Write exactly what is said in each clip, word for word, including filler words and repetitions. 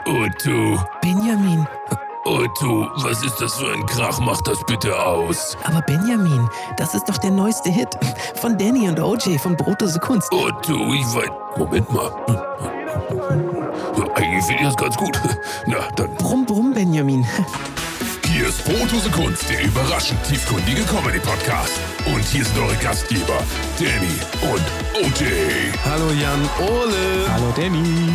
Otto. Benjamin. Otto, was ist das für ein Krach? Mach das bitte aus. Aber Benjamin, das ist doch der neueste Hit von Danny und O J von Brotdose Kunst. Otto, ich weiß... Moment mal. Ja, eigentlich finde ich das ganz gut. Na, dann... Brumm, brumm, Benjamin. Hier ist Brotdose Kunst, der überraschend tiefgründige Comedy-Podcast. Und hier sind eure Gastgeber, Danny und O J. Hallo Jan Ole. Hallo Danny.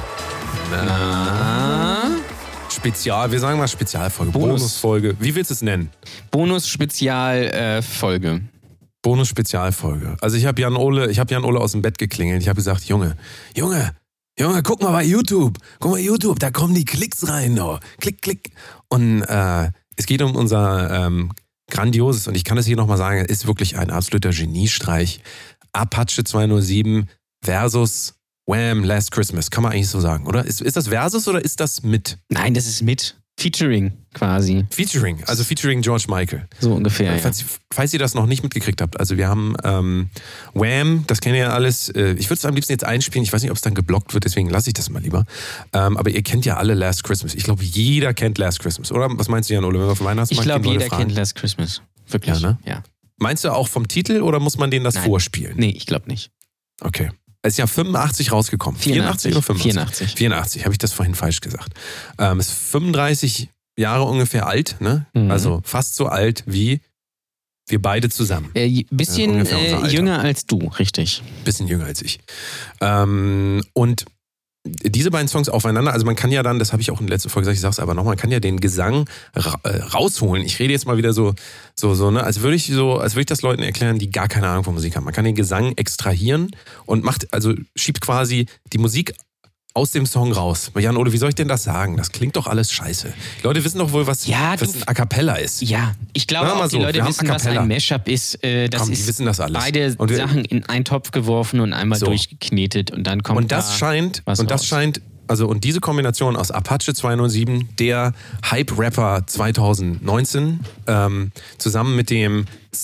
Na? Spezial, wir sagen mal Spezialfolge, Bonus. Bonusfolge. Wie willst du es nennen? Bonus-Spezialfolge. Äh, Bonus-Spezialfolge. Also ich habe Jan Ole, ich habe Jan Ole aus dem Bett geklingelt. Ich habe gesagt, Junge, Junge, Junge, guck mal bei YouTube. Guck mal YouTube, da kommen die Klicks rein. Oh. Klick, klick. Und äh, es geht um unser ähm, grandioses, und ich kann es hier nochmal sagen, ist wirklich ein absoluter Geniestreich. Apache zweihundertsieben versus Wham! Last Christmas. Kann man eigentlich so sagen, oder? Ist, ist das versus oder ist das mit? Nein, das ist mit. Featuring quasi. Featuring, also featuring George Michael. So ungefähr, ja. Falls, falls ihr das noch nicht mitgekriegt habt, also wir haben ähm, Wham!, das kennt ihr ja alles. Äh, ich würde es am liebsten jetzt einspielen, ich weiß nicht, ob es dann geblockt wird, deswegen lasse ich das mal lieber. Ähm, aber ihr kennt ja alle Last Christmas. Ich glaube, jeder kennt Last Christmas, oder? Was meinst du, Jan Ole, wenn wir auf Weihnachtsmarkt Ich glaube, jeder fragen? kennt Last Christmas. Wirklich, Ja, ne? Ja. Meinst du auch vom Titel oder muss man denen das Nein. vorspielen? Nee, ich glaube nicht. Okay. Es ist ja fünfundachtzig rausgekommen. vierundachtzig oder fünfundachtzig? vierundachtzig. vierundachtzig, habe ich das vorhin falsch gesagt. Ähm, ist fünfunddreißig Jahre ungefähr alt, ne? Mhm. Also fast so alt wie wir beide zusammen. Äh, bisschen Ja, ungefähr unser äh, Alter. jünger als du, richtig. Bisschen jünger als ich. Ähm, und diese beiden Songs aufeinander, also man kann ja dann, das habe ich auch in der letzten Folge gesagt, ich sage es aber nochmal, man kann ja den Gesang ra- äh, rausholen. Ich rede jetzt mal wieder so, so, so, ne, als würde ich so, als würde ich das Leuten erklären, die gar keine Ahnung von Musik haben. Man kann den Gesang extrahieren und macht, also schiebt quasi die Musik aus dem Song raus. Jan Ole, wie soll ich denn das sagen? Das klingt doch alles scheiße. Die Leute wissen doch wohl, was, Ja, was du- ein A Cappella ist. Ja, ich glaube Sagen wir auch, mal die so, Leute wir haben wissen, A was cappella. ein Mashup ist. Äh, das Komm, die ist wissen das alles. beide Und wir- Sachen in einen Topf geworfen und einmal So. durchgeknetet und dann kommt Und das da scheint, was und das raus. scheint, also und diese Kombination aus Apache zweihundertsieben, der Hype-Rapper zweitausendneunzehn, ähm, zusammen mit dem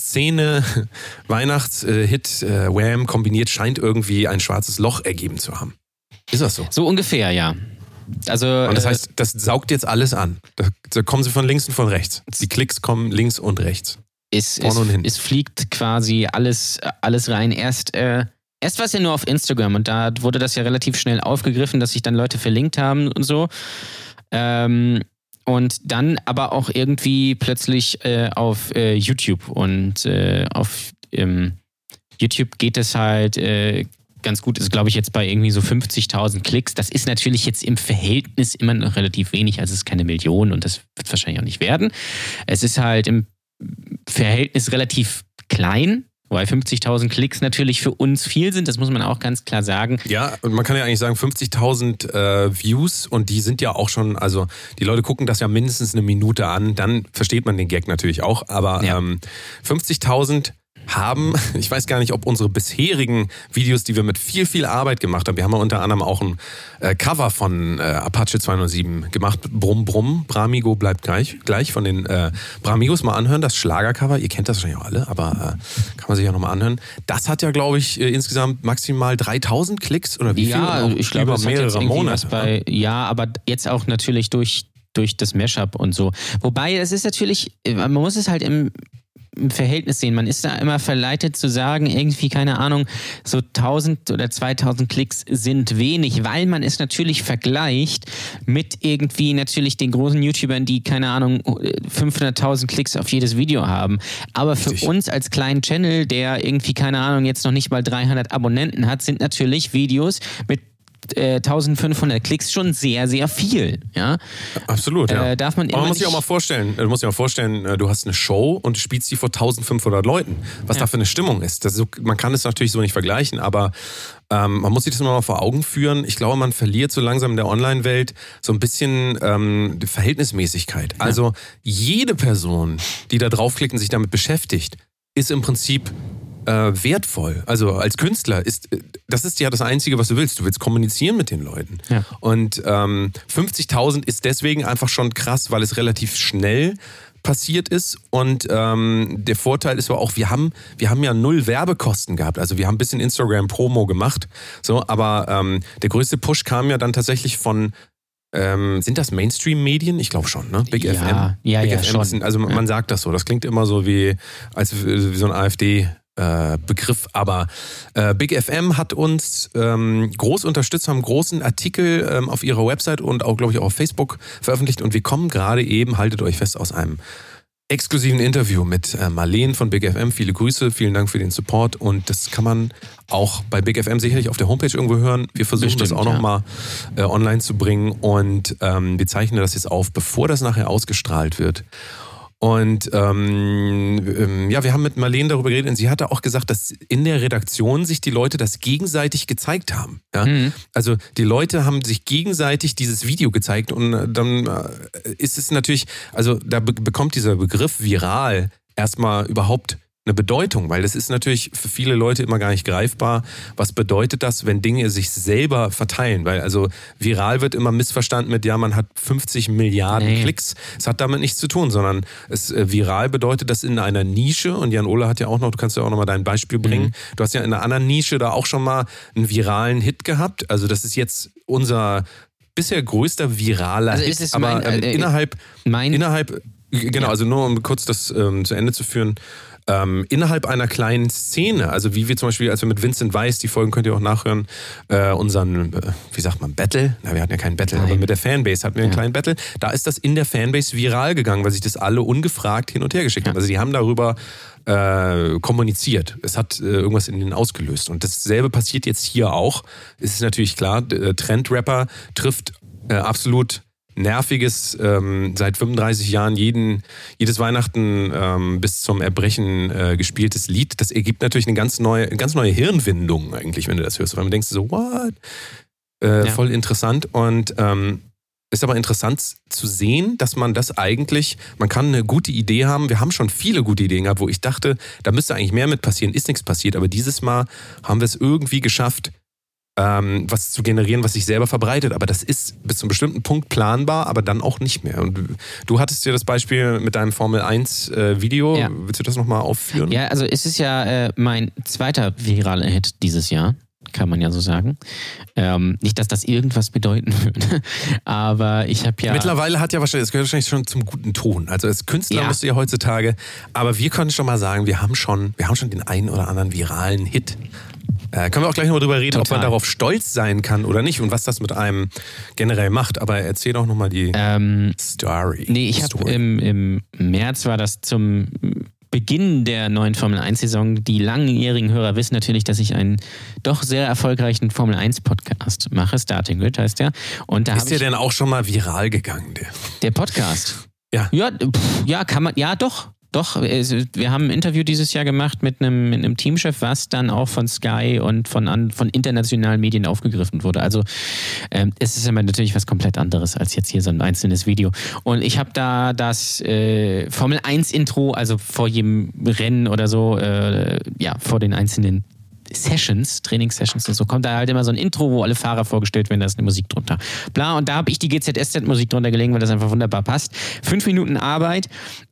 Szene-Weihnachts-Hit äh, Wham! Kombiniert, scheint irgendwie ein schwarzes Loch ergeben zu haben. Ist das so? So ungefähr, ja. Also, Und das äh, heißt, das saugt jetzt alles an. Da, da kommen sie von links und von rechts. Die Klicks kommen links und rechts. es, vorne und es, hinten. es fliegt quasi alles, alles rein. Erst, äh, erst war es ja nur auf Instagram und da wurde das ja relativ schnell aufgegriffen, dass sich dann Leute verlinkt haben und so. Ähm, und dann aber auch irgendwie plötzlich äh, auf äh, YouTube. Und äh, auf ähm, YouTube geht es halt äh, ganz gut. Ist, glaube ich, jetzt bei irgendwie so fünfzigtausend Klicks. Das ist natürlich jetzt im Verhältnis immer noch relativ wenig. Also es ist keine Million und das wird wahrscheinlich auch nicht werden. Es ist halt im Verhältnis relativ klein, weil fünfzigtausend Klicks natürlich für uns viel sind, das muss man auch ganz klar sagen. Ja, und man kann ja eigentlich sagen, fünfzigtausend äh, Views, und die sind ja auch schon, also die Leute gucken das ja mindestens eine Minute an, dann versteht man den Gag natürlich auch, aber Ja. ähm, fünfzigtausend haben, ich weiß gar nicht, ob unsere bisherigen Videos, die wir mit viel, viel Arbeit gemacht haben, wir haben ja unter anderem auch ein äh, Cover von äh, Apache zweihundertsieben gemacht, Brumm Brumm, Bramigo bleibt gleich, gleich von den äh, Bramigos, mal anhören, das Schlagercover, ihr kennt das wahrscheinlich auch alle, aber äh, kann man sich ja nochmal anhören. Das hat ja, glaube ich, äh, insgesamt maximal dreitausend Klicks oder wie viel? Ja, Und auch ich glaube, über das hat jetzt mehrere irgendwie Monate. was bei, ja, aber jetzt auch natürlich durch, durch das Mashup und so. Wobei, es ist natürlich, man muss es halt im im Verhältnis sehen. Man ist da immer verleitet zu sagen, irgendwie, keine Ahnung, so tausend oder zweitausend Klicks sind wenig, weil man es natürlich vergleicht mit irgendwie natürlich den großen YouTubern, die, keine Ahnung, fünfhunderttausend Klicks auf jedes Video haben. Aber für Richtig. uns als kleinen Channel, der irgendwie, keine Ahnung, jetzt noch nicht mal dreihundert Abonnenten hat, sind natürlich Videos mit äh, eintausendfünfhundert Klicks schon sehr, sehr viel. Ja? Absolut, ja. Äh, darf man Aber man immer muss sich auch nicht- mal vorstellen, du musst dir mal vorstellen, äh, du hast eine Show und du spielst die vor eintausendfünfhundert Leuten. Was Ja. da für eine Stimmung ist. Das ist so, man kann es natürlich so nicht vergleichen, aber ähm, man muss sich das immer mal vor Augen führen. Ich glaube, man verliert so langsam in der Online-Welt so ein bisschen ähm, die Verhältnismäßigkeit. Also jede Person, die da draufklickt und sich damit beschäftigt, ist im Prinzip äh, wertvoll. Also als Künstler ist das ist ja das Einzige, was du willst. Du willst kommunizieren mit den Leuten. Ja. Und ähm, fünfzigtausend ist deswegen einfach schon krass, weil es relativ schnell passiert ist. Und ähm, der Vorteil ist aber auch, wir haben, wir haben ja null Werbekosten gehabt. Also wir haben ein bisschen Instagram-Promo gemacht. So, aber ähm, der größte Push kam ja dann tatsächlich von ähm, sind das Mainstream-Medien? Ich glaube schon, ne? Big Ja, F M. ja, Big ja, F M schon. ist ein, also man Ja. sagt das so. Das klingt immer so wie, als wie so ein AfD äh, Begriff, aber äh, Big F M hat uns ähm, groß unterstützt, haben einen großen Artikel ähm, auf ihrer Website und auch, glaube ich, auch auf Facebook veröffentlicht und wir kommen gerade eben, haltet euch fest, aus einem exklusiven Interview mit äh, Marleen von Big F M. Viele Grüße, vielen Dank für den Support und das kann man auch bei Big F M sicherlich auf der Homepage irgendwo hören. Wir versuchen Bestimmt, das auch ja. nochmal äh, online zu bringen und ähm, wir zeichnen das jetzt auf, bevor das nachher ausgestrahlt wird. Und ähm, ähm, ja, wir haben mit Marleen darüber geredet und sie hatte auch gesagt, dass in der Redaktion sich die Leute das gegenseitig gezeigt haben. Ja? Mhm. Also die Leute haben sich gegenseitig dieses Video gezeigt und äh, dann äh, ist es natürlich, also da be- bekommt dieser Begriff viral erstmal überhaupt eine Bedeutung, weil das ist natürlich für viele Leute immer gar nicht greifbar. Was bedeutet das, wenn Dinge sich selber verteilen? Weil also viral wird immer missverstanden mit, ja, man hat fünfzig Milliarden Nee. Klicks. Es hat damit nichts zu tun, sondern es äh, viral bedeutet, dass in einer Nische, und Jan Ole hat ja auch noch, du kannst ja auch noch mal dein Beispiel bringen, Mhm. du hast ja in einer anderen Nische da auch schon mal einen viralen Hit gehabt. Also das ist jetzt unser bisher größter viraler Also Hit, ist es aber mein, ähm, äh, innerhalb, Mein innerhalb, genau, Ja. also nur um kurz das ähm, zu Ende zu führen, ähm, innerhalb einer kleinen Szene, also wie wir zum Beispiel, als wir mit Vincent Weiss, die Folgen könnt ihr auch nachhören, äh, unseren, äh, wie sagt man, Battle? Na, wir hatten ja keinen Battle, Nein. aber mit der Fanbase hatten wir einen Ja. kleinen Battle. Da ist das in der Fanbase viral gegangen, weil sich das alle ungefragt hin und her geschickt haben. Also die haben darüber äh, kommuniziert. Es hat äh, irgendwas in denen ausgelöst. Und dasselbe passiert jetzt hier auch. Es ist natürlich klar, äh, Trendrapper trifft äh, absolut nerviges, ähm, seit fünfunddreißig Jahren jeden, jedes Weihnachten ähm, bis zum Erbrechen äh, gespieltes Lied. Das ergibt natürlich eine ganz neue, eine ganz neue Hirnwindung eigentlich, wenn du das hörst. Weil man denkst so, what? Äh, Ja. Voll interessant. Und ähm, ist aber interessant zu sehen, dass man das eigentlich, man kann eine gute Idee haben. Wir haben schon viele gute Ideen gehabt, wo ich dachte, da müsste eigentlich mehr mit passieren, ist nichts passiert. Aber dieses Mal haben wir es irgendwie geschafft, ähm, was zu generieren, was sich selber verbreitet. Aber das ist bis zu einem bestimmten Punkt planbar, aber dann auch nicht mehr. Und du hattest ja das Beispiel mit deinem Formel eins äh, Video. Ja. Willst du das nochmal aufführen? Ja, also es ist ja äh, mein zweiter viraler Hit dieses Jahr, kann man ja so sagen. Ähm, nicht, dass das irgendwas bedeuten würde, aber ich habe ja... Mittlerweile hat ja wahrscheinlich, es gehört wahrscheinlich schon zum guten Ton. Also als Künstler Ja. musst du ja heutzutage, aber wir können schon mal sagen, wir haben schon, wir haben schon den einen oder anderen viralen Hit. Äh, können wir auch gleich noch drüber reden, ob Total. man darauf stolz sein kann oder nicht und was das mit einem generell macht. Aber erzähl doch nochmal die ähm, Story. Nee, ich habe Story. im, im März war das zum Beginn der neuen Formel eins Saison. Die langjährigen Hörer wissen natürlich, dass ich einen doch sehr erfolgreichen Formel eins Podcast mache. Starting Grid heißt der. Und da Ist habe der ich denn auch schon mal viral gegangen? Der? der Podcast. Ja. Ja, pff, ja, kann man, ja doch. Doch, es- wir haben ein Interview dieses Jahr gemacht mit einem, mit einem Teamchef, was dann auch von Sky und von, an, von internationalen Medien aufgegriffen wurde. Also ähm, es ist immer natürlich was komplett anderes als jetzt hier so ein einzelnes Video. Und ich habe da das äh, Formel eins Intro, also vor jedem Rennen oder so, äh, ja, vor den einzelnen Sessions, Trainingssessions und so, kommt da halt immer so ein Intro, wo alle Fahrer vorgestellt werden, da ist eine Musik drunter. Bla, und da habe ich die G Z S Z-Musik drunter gelegt, weil das einfach wunderbar passt. Fünf Minuten Arbeit.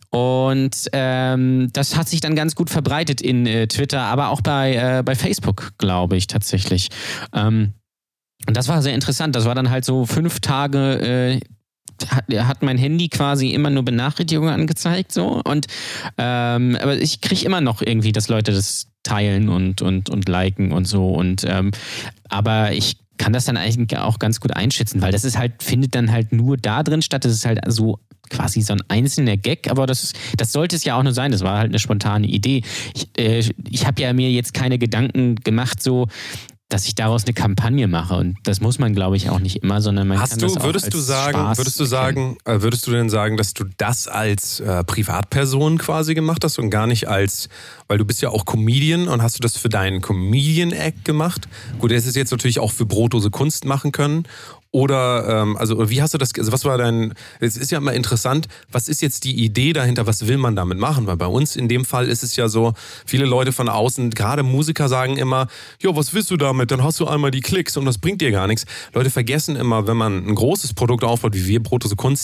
Und ähm, das hat sich dann ganz gut verbreitet in äh, Twitter, aber auch bei, äh, bei Facebook, glaube ich, tatsächlich. Ähm, und das war sehr interessant. Das war dann halt so fünf Tage, äh, hat, hat mein Handy quasi immer nur Benachrichtigungen angezeigt. So. Und, ähm, aber ich kriege immer noch irgendwie, dass Leute das teilen und, und, und liken und so. Und, ähm, aber ich kann das dann eigentlich auch ganz gut einschätzen, weil das ist halt, findet dann halt nur da drin statt. Das ist halt so quasi so ein einzelner Gag, aber das, ist, das sollte es ja auch nur sein. Das war halt eine spontane Idee. Ich, äh, ich habe ja mir jetzt keine Gedanken gemacht, so, dass ich daraus eine Kampagne mache. Und das muss man, glaube ich, auch nicht immer, sondern man kann Hast das du, auch würdest als du sagen, Spaß würdest du erkennen. sagen, äh, würdest du denn sagen, dass du das als äh, Privatperson quasi gemacht hast und gar nicht als, weil du bist ja auch Comedian und hast du das für deinen Comedian-Act gemacht? Gut, das ist jetzt natürlich auch für Brotdose Kunst machen können. Oder, ähm, also wie hast du das, also was war dein, es ist ja immer interessant, was ist jetzt die Idee dahinter, was will man damit machen? Weil bei uns in dem Fall ist es ja so, viele Leute von außen, gerade Musiker sagen immer, jo, was willst du damit? Dann hast du einmal die Klicks und das bringt dir gar nichts. Leute vergessen immer, wenn man ein großes Produkt aufbaut, wie wir, Brotdose Kunst,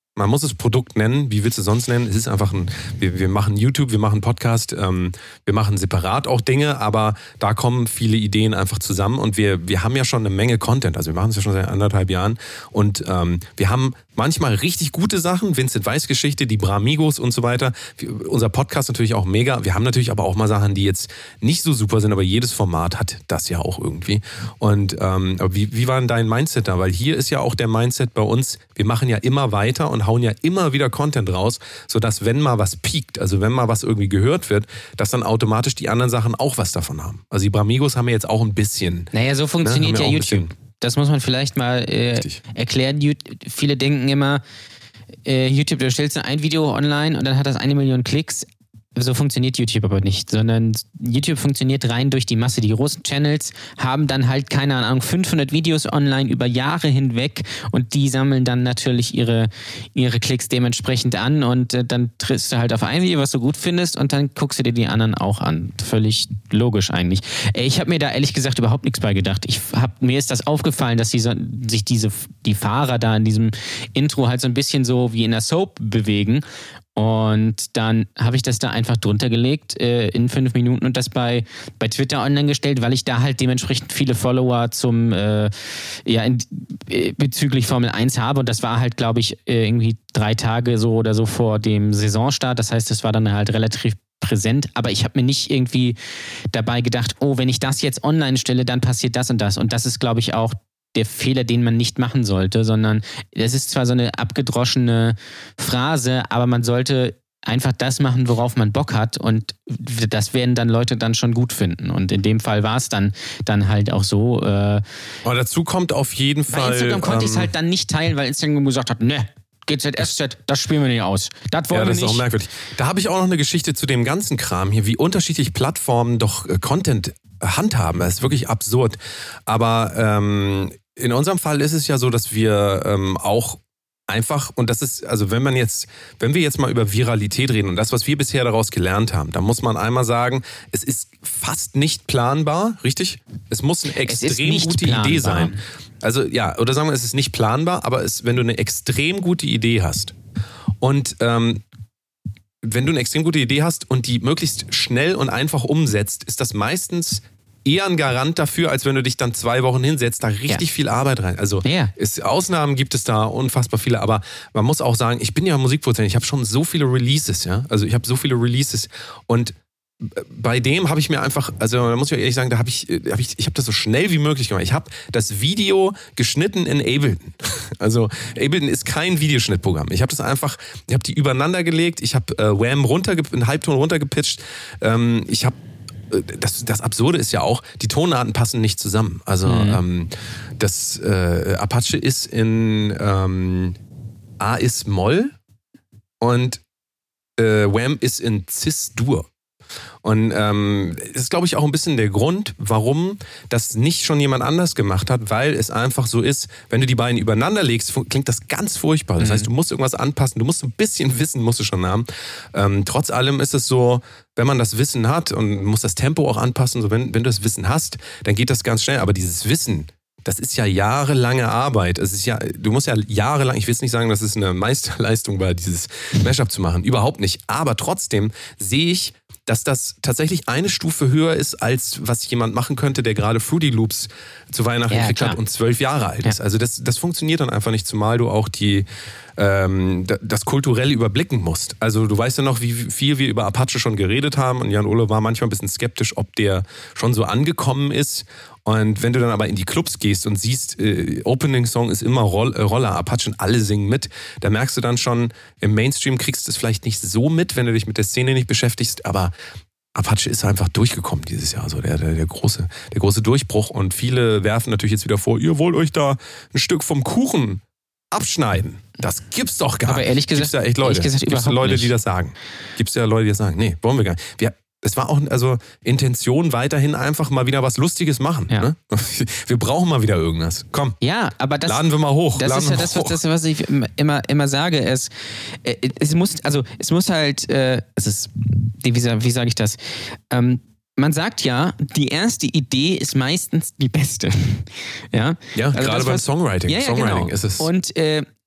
Man muss es Produkt nennen, wie willst du es sonst nennen? Es ist einfach ein, wir, wir machen YouTube, wir machen Podcast, ähm, wir machen separat auch Dinge, aber da kommen viele Ideen einfach zusammen und wir, wir haben ja schon eine Menge Content, also wir machen es ja schon seit anderthalb Jahren und ähm, wir haben manchmal richtig gute Sachen, Vincent Weiss Geschichte, die Bramigos und so weiter. Wir, unser Podcast natürlich auch mega, wir haben natürlich aber auch mal Sachen, die jetzt nicht so super sind, aber jedes Format hat das ja auch irgendwie. Und ähm, aber wie, wie war denn dein Mindset da? Weil hier ist ja auch der Mindset bei uns, wir machen ja immer weiter und hauen ja immer wieder Content raus, sodass wenn mal was piekt, also wenn mal was irgendwie gehört wird, dass dann automatisch die anderen Sachen auch was davon haben. Also die Bramigos haben ja jetzt auch ein bisschen. Naja, so funktioniert ne, ja YouTube. Das muss man vielleicht mal äh, erklären. Viele denken immer, äh, YouTube, du stellst ein Video online und dann hat das eine Million Klicks. So funktioniert YouTube aber nicht, sondern YouTube funktioniert rein durch die Masse. Die großen Channels haben dann halt, keine Ahnung, fünfhundert Videos online über Jahre hinweg und die sammeln dann natürlich ihre, ihre Klicks dementsprechend an und äh, dann triffst du halt auf ein Video, was du gut findest und dann guckst du dir die anderen auch an. Völlig logisch eigentlich. Ich habe mir da ehrlich gesagt überhaupt nichts bei gedacht. Ich hab, mir ist das aufgefallen, dass die so, sich diese, die Fahrer da in diesem Intro halt so ein bisschen so wie in der Soap bewegen. Und dann habe ich das da einfach drunter gelegt äh, in fünf Minuten und das bei, bei Twitter online gestellt, weil ich da halt dementsprechend viele Follower zum äh, ja in, äh, bezüglich Formel eins habe und das war halt, glaube ich, äh, irgendwie drei Tage so oder so vor dem Saisonstart. Das heißt, das war dann halt relativ präsent, aber ich habe mir nicht irgendwie dabei gedacht, oh, wenn ich das jetzt online stelle, dann passiert das und das. Und das ist, glaube ich, auch der Fehler, den man nicht machen sollte, sondern es ist zwar so eine abgedroschene Phrase, aber man sollte einfach das machen, worauf man Bock hat und das werden dann Leute dann schon gut finden und in dem Fall war es dann, dann halt auch so. Äh, aber dazu kommt auf jeden bei Fall... Bei Instagram konnte ähm, ich es halt dann nicht teilen, weil Instagram gesagt hat, ne, G Z S Z, das spielen wir nicht aus. Das wollen ja, das wir nicht. ist auch merkwürdig. Da habe ich auch noch eine Geschichte zu dem ganzen Kram hier, wie unterschiedlich Plattformen doch äh, Content handhaben. Das ist wirklich absurd. Aber ähm, in unserem Fall ist es ja so, dass wir ähm, auch einfach, und das ist, also wenn man jetzt, wenn wir jetzt mal über Viralität reden und das, was wir bisher daraus gelernt haben, dann muss man einmal sagen, es ist fast nicht planbar, richtig? Es muss eine extrem gute planbar. Idee sein. Also ja, oder sagen wir, es ist nicht planbar, aber es, wenn du eine extrem gute Idee hast und ähm, wenn du eine extrem gute Idee hast und die möglichst schnell und einfach umsetzt, ist das meistens eher ein Garant dafür, als wenn du dich dann zwei Wochen hinsetzt, da richtig ja. viel Arbeit rein. Also ja. es, Ausnahmen gibt es da unfassbar viele, aber man muss auch sagen, ich bin ja Musikproduzent, ich habe schon so viele Releases, ja, also ich habe so viele Releases und bei dem habe ich mir einfach, also da muss ich ehrlich sagen, da habe ich, hab ich, ich habe das so schnell wie möglich gemacht. Ich habe das Video geschnitten in Ableton. Also Ableton ist kein Videoschnittprogramm. Ich habe das einfach, ich habe die übereinander gelegt, ich habe äh, Wham runter, einen Halbton runtergepitcht. Ähm, ich habe Das, das Absurde ist ja auch, die Tonarten passen nicht zusammen. Also mhm. ähm, das äh, Apache ist in ähm, A ist Moll und äh, Wham ist in Cis-Dur. Und ähm, das ist, glaube ich, auch ein bisschen der Grund, warum das nicht schon jemand anders gemacht hat, weil es einfach so ist, wenn du die beiden übereinander legst, klingt das ganz furchtbar. Das mhm. heißt, du musst irgendwas anpassen, du musst ein bisschen Wissen, musst du schon haben. Ähm, trotz allem ist es so, wenn man das Wissen hat und muss das Tempo auch anpassen, so wenn, wenn du das Wissen hast, dann geht das ganz schnell. Aber dieses Wissen, das ist ja jahrelange Arbeit. Es ist ja, du musst ja jahrelang, ich will jetzt nicht sagen, dass es eine Meisterleistung war, dieses Mashup zu machen. Überhaupt nicht. Aber trotzdem sehe ich, dass das tatsächlich eine Stufe höher ist, als was jemand machen könnte, der gerade Fruity Loops zu Weihnachten ja, gekriegt hat und zwölf Jahre alt ist. Ja. Also das, das funktioniert dann einfach nicht, zumal du auch die, ähm, das kulturell überblicken musst. Also du weißt ja noch, wie viel wir über Apache schon geredet haben und Jan-Ole war manchmal ein bisschen skeptisch, ob der schon so angekommen ist. Und wenn du dann aber in die Clubs gehst und siehst, äh, Opening-Song ist immer Roll, äh, Roller, Apache und alle singen mit, da merkst du dann schon, im Mainstream kriegst du es vielleicht nicht so mit, wenn du dich mit der Szene nicht beschäftigst, aber Apache ist einfach durchgekommen dieses Jahr, so der, der, der, große, der große Durchbruch. Und viele werfen natürlich jetzt wieder vor, ihr wollt euch da ein Stück vom Kuchen abschneiden. Das gibt's doch gar nicht. Aber ehrlich gesagt, gibt's ja echt Leute, ehrlich gesagt gibt's Leute, die das sagen. Gibt's ja Leute, die das sagen. Nee, wollen wir gar nicht. Wir Es war auch also Intention, weiterhin einfach mal wieder was Lustiges machen. Ja. Ne? Wir brauchen mal wieder irgendwas. Komm, ja, aber das, laden wir mal hoch. Das laden ist ja das was, das, was ich immer, immer sage. Es, es, muss, also, es muss halt, äh, es ist, wie, wie sage ich das? Ähm, man sagt ja, die erste Idee ist meistens die beste. Ja, ja also gerade das, beim was, Songwriting. Ja, ja, Songwriting genau. ist es. Und äh,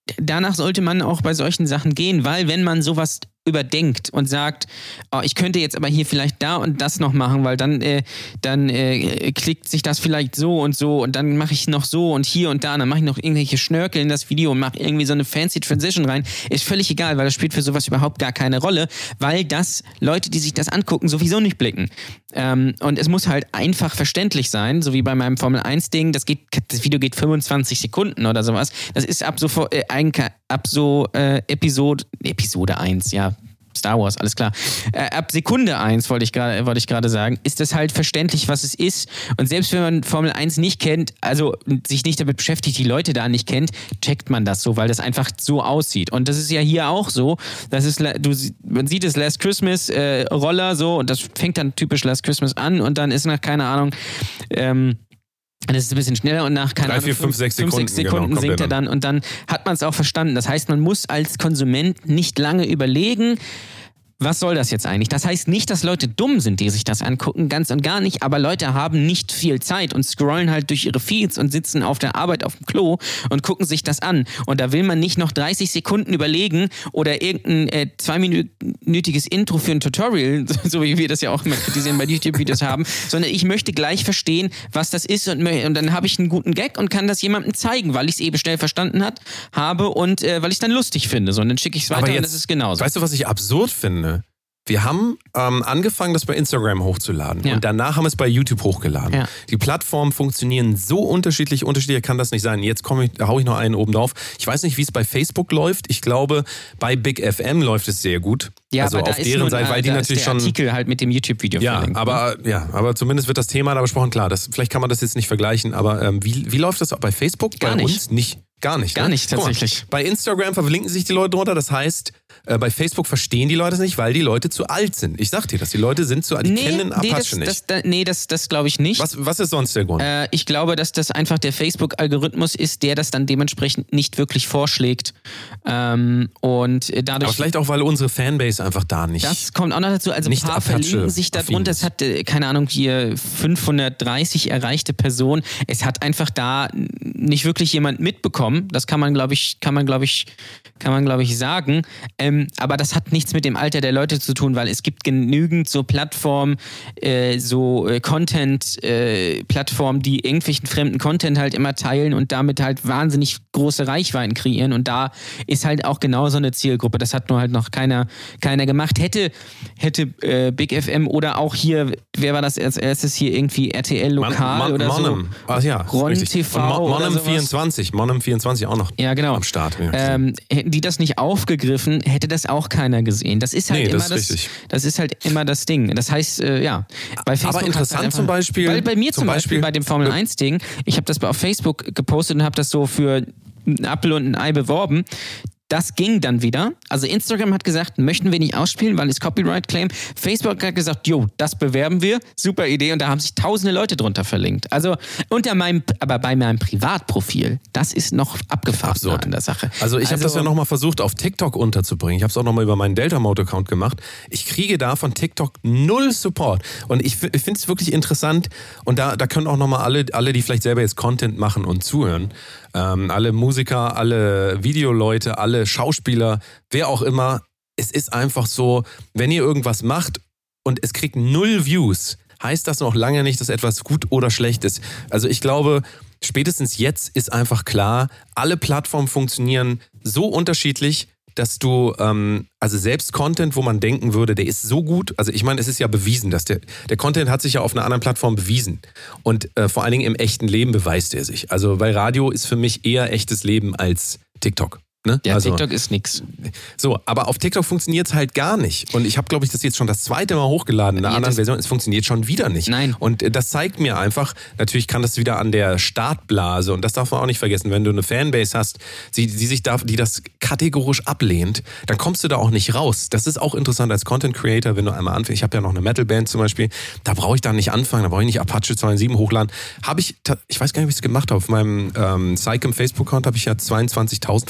danach sollte man auch bei solchen Sachen gehen, weil wenn man sowas überdenkt und sagt, oh, ich könnte jetzt aber hier vielleicht da und das noch machen, weil dann, äh, dann äh, klickt sich das vielleicht so und so und dann mache ich noch so und hier und da und dann mache ich noch irgendwelche Schnörkel in das Video und mache irgendwie so eine fancy Transition rein, ist völlig egal, weil das spielt für sowas überhaupt gar keine Rolle, weil das Leute, die sich das angucken, sowieso nicht blicken. Ähm, und es muss halt einfach verständlich sein, so wie bei meinem Formel eins Ding, das, geht, das Video geht fünfundzwanzig Sekunden oder sowas, das ist ab so, äh, ein, ab so äh, Episode, Episode eins, ja, Star Wars, alles klar. Äh, ab Sekunde eins, wollte ich gerade wollte ich gerade sagen, ist das halt verständlich, was es ist. Und selbst wenn man Formel eins nicht kennt, also sich nicht damit beschäftigt, die Leute da nicht kennt, checkt man das so, weil das einfach so aussieht. Und das ist ja hier auch so. Das ist, du, man sieht es Last Christmas äh, Roller so und das fängt dann typisch Last Christmas an und dann ist nach, keine Ahnung, ähm, das ist ein bisschen schneller und nach, keine Drei, Ahnung, vier, fünf, sechs Sekunden, fünf, sechs Sekunden genau, singt er dann und dann hat man es auch verstanden. Das heißt, man muss als Konsument nicht lange überlegen, was soll das jetzt eigentlich? Das heißt nicht, dass Leute dumm sind, die sich das angucken, ganz und gar nicht, aber Leute haben nicht viel Zeit und scrollen halt durch ihre Feeds und sitzen auf der Arbeit auf dem Klo und gucken sich das an. Und da will man nicht noch dreißig Sekunden überlegen oder irgendein äh, zweiminütiges Intro für ein Tutorial, so wie wir das ja auch immer kritisieren bei YouTube-Videos haben, sondern ich möchte gleich verstehen, was das ist und, und dann habe ich einen guten Gag und kann das jemandem zeigen, weil ich es eben schnell verstanden hat, habe und äh, weil ich es dann lustig finde. So, und dann schicke ich es weiter jetzt, und das ist genauso. Weißt du, was ich absurd finde? Wir haben ähm, angefangen, das bei Instagram hochzuladen ja. und danach haben wir es bei YouTube hochgeladen. Ja. Die Plattformen funktionieren so unterschiedlich, unterschiedlicher kann das nicht sein. Jetzt komme ich, da hau ich noch einen oben drauf. Ich weiß nicht, wie es bei Facebook läuft. Ich glaube, bei Big F M läuft es sehr gut. Ja, also aber auf da deren ist nun, Seite, weil äh, die da natürlich ist der schon Artikel halt mit dem YouTube-Video ja, verlinkt. aber ne? ja, aber zumindest wird das Thema da besprochen. Klar, das, vielleicht kann man das jetzt nicht vergleichen, aber ähm, wie, wie läuft das auch bei Facebook? Gar bei nicht. uns nicht. Gar nicht. Gar ne? nicht, tatsächlich. Mal, bei Instagram verlinken sich die Leute drunter. Das heißt, äh, bei Facebook verstehen die Leute es nicht, weil die Leute zu alt sind. Ich sag dir das, die Leute sind zu alt, die nee, kennen Apache nee, das, nicht. Das, das, nee, das, das glaube ich nicht. Was, was ist sonst der Grund? Äh, ich glaube, dass das einfach der Facebook-Algorithmus ist, der das dann dementsprechend nicht wirklich vorschlägt. Ähm, und dadurch. Aber vielleicht auch, weil unsere Fanbase einfach da nicht. Das kommt auch noch dazu. Also ein paar verlinken sich da drunter. Es hat, keine Ahnung, hier fünfhundertdreißig erreichte Personen. Es hat einfach da nicht wirklich jemand mitbekommen. Das kann man, glaube ich, kann man, glaube ich, kann man, glaube ich, sagen. Ähm, aber das hat nichts mit dem Alter der Leute zu tun, weil es gibt genügend so Plattformen, äh, so äh, Content-Plattformen, äh, die irgendwelchen fremden Content halt immer teilen und damit halt wahnsinnig große Reichweiten kreieren. Und da ist halt auch genau so eine Zielgruppe. Das hat nur halt noch keiner, keiner gemacht. Hätte, hätte äh, Big F M oder auch hier, wer war das als erstes hier, irgendwie R T L Lokal Mon, Mon, oder Monem. so? Ach ja, Ron T V Mon, oder Monem sowas. vierundzwanzig, Monem vierundzwanzig auch noch ja, genau. am Start. Ähm, hätten die das nicht aufgegriffen, hätte das auch keiner gesehen. Das ist halt nee, immer das, ist das, das ist halt immer das Ding. Das heißt, äh, ja, bei Facebook aber interessant halt einfach, zum Beispiel, weil bei mir zum, zum Beispiel, Beispiel bei dem Formel eins Ding, ich habe das auf Facebook gepostet und habe das so für ein Apfel und ein Ei beworben. Das ging dann wieder. Also Instagram hat gesagt, möchten wir nicht ausspielen, weil es Copyright-Claim. Facebook hat gesagt, jo, das bewerben wir. Super Idee. Und da haben sich tausende Leute drunter verlinkt. Also unter meinem, aber bei meinem Privatprofil, das ist noch abgefahren an der Sache. Also ich also, habe das ja nochmal versucht, auf TikTok unterzubringen. Ich habe es auch nochmal über meinen Delta-Mode-Account gemacht. Ich kriege da von TikTok null Support. Und ich, ich finde es wirklich interessant. Und da, da können auch nochmal alle, alle, die vielleicht selber jetzt Content machen und zuhören, ähm, alle Musiker, alle Videoleute, alle Schauspieler, wer auch immer, es ist einfach so, wenn ihr irgendwas macht und es kriegt null Views, heißt das noch lange nicht, dass etwas gut oder schlecht ist. Also ich glaube, spätestens jetzt ist einfach klar, alle Plattformen funktionieren so unterschiedlich, dass du, ähm, also selbst Content, wo man denken würde, der ist so gut, also ich meine, es ist ja bewiesen, dass der, der Content hat sich ja auf einer anderen Plattform bewiesen und äh, vor allen Dingen im echten Leben beweist er sich. Also weil Radio ist für mich eher echtes Leben als TikTok. Ne? Ja, also, TikTok ist nix. So, aber auf TikTok funktioniert es halt gar nicht. Und ich habe, glaube ich, das jetzt schon das zweite Mal hochgeladen in einer ja, anderen Version. Es funktioniert schon wieder nicht. Nein. Und das zeigt mir einfach, natürlich kann das wieder an der Startblase, und das darf man auch nicht vergessen, wenn du eine Fanbase hast, die, die, sich da, die das kategorisch ablehnt, dann kommst du da auch nicht raus. Das ist auch interessant als Content Creator, wenn du einmal anfängst. Ich habe ja noch eine Metal-Band zum Beispiel, da brauche ich dann nicht anfangen, da brauche ich nicht Apache zwei sieben hochladen. Habe ich, ich weiß gar nicht, wie ich es gemacht habe. Auf meinem ähm, Psychem Facebook-Account habe ich ja zweiundzwanzigtausend Follower.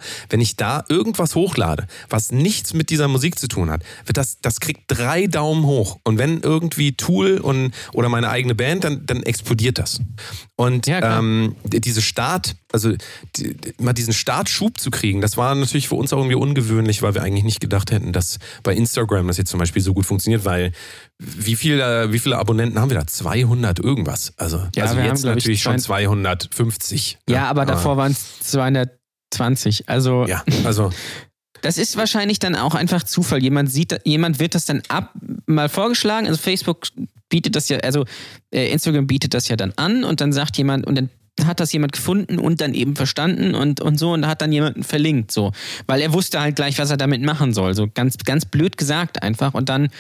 wenn ich da irgendwas hochlade, was nichts mit dieser Musik zu tun hat, wird das, das kriegt drei Daumen hoch. Und wenn irgendwie Tool und, oder meine eigene Band, dann, dann explodiert das. Und Ja, ähm, diese Start, also die, die, mal diesen Startschub zu kriegen, das war natürlich für uns auch irgendwie ungewöhnlich, weil wir eigentlich nicht gedacht hätten, dass bei Instagram das jetzt zum Beispiel so gut funktioniert, weil wie viele, wie viele Abonnenten haben wir da? zweihundert irgendwas. Also, Ja, also wir jetzt haben, glaub ich, natürlich schon zwei- zweihundertfünfzig. Ja, aber davor waren es zweihundertzwanzig. Also Ja, also das ist wahrscheinlich dann auch einfach Zufall. Jemand sieht, jemand wird das dann ab mal vorgeschlagen. Also Facebook bietet das ja, also äh, Instagram bietet das ja dann an und dann sagt jemand und dann hat das jemand gefunden und dann eben verstanden und, und so und hat dann jemanden verlinkt, so. Weil er wusste halt gleich, was er damit machen soll. So ganz, ganz blöd gesagt einfach. Und dann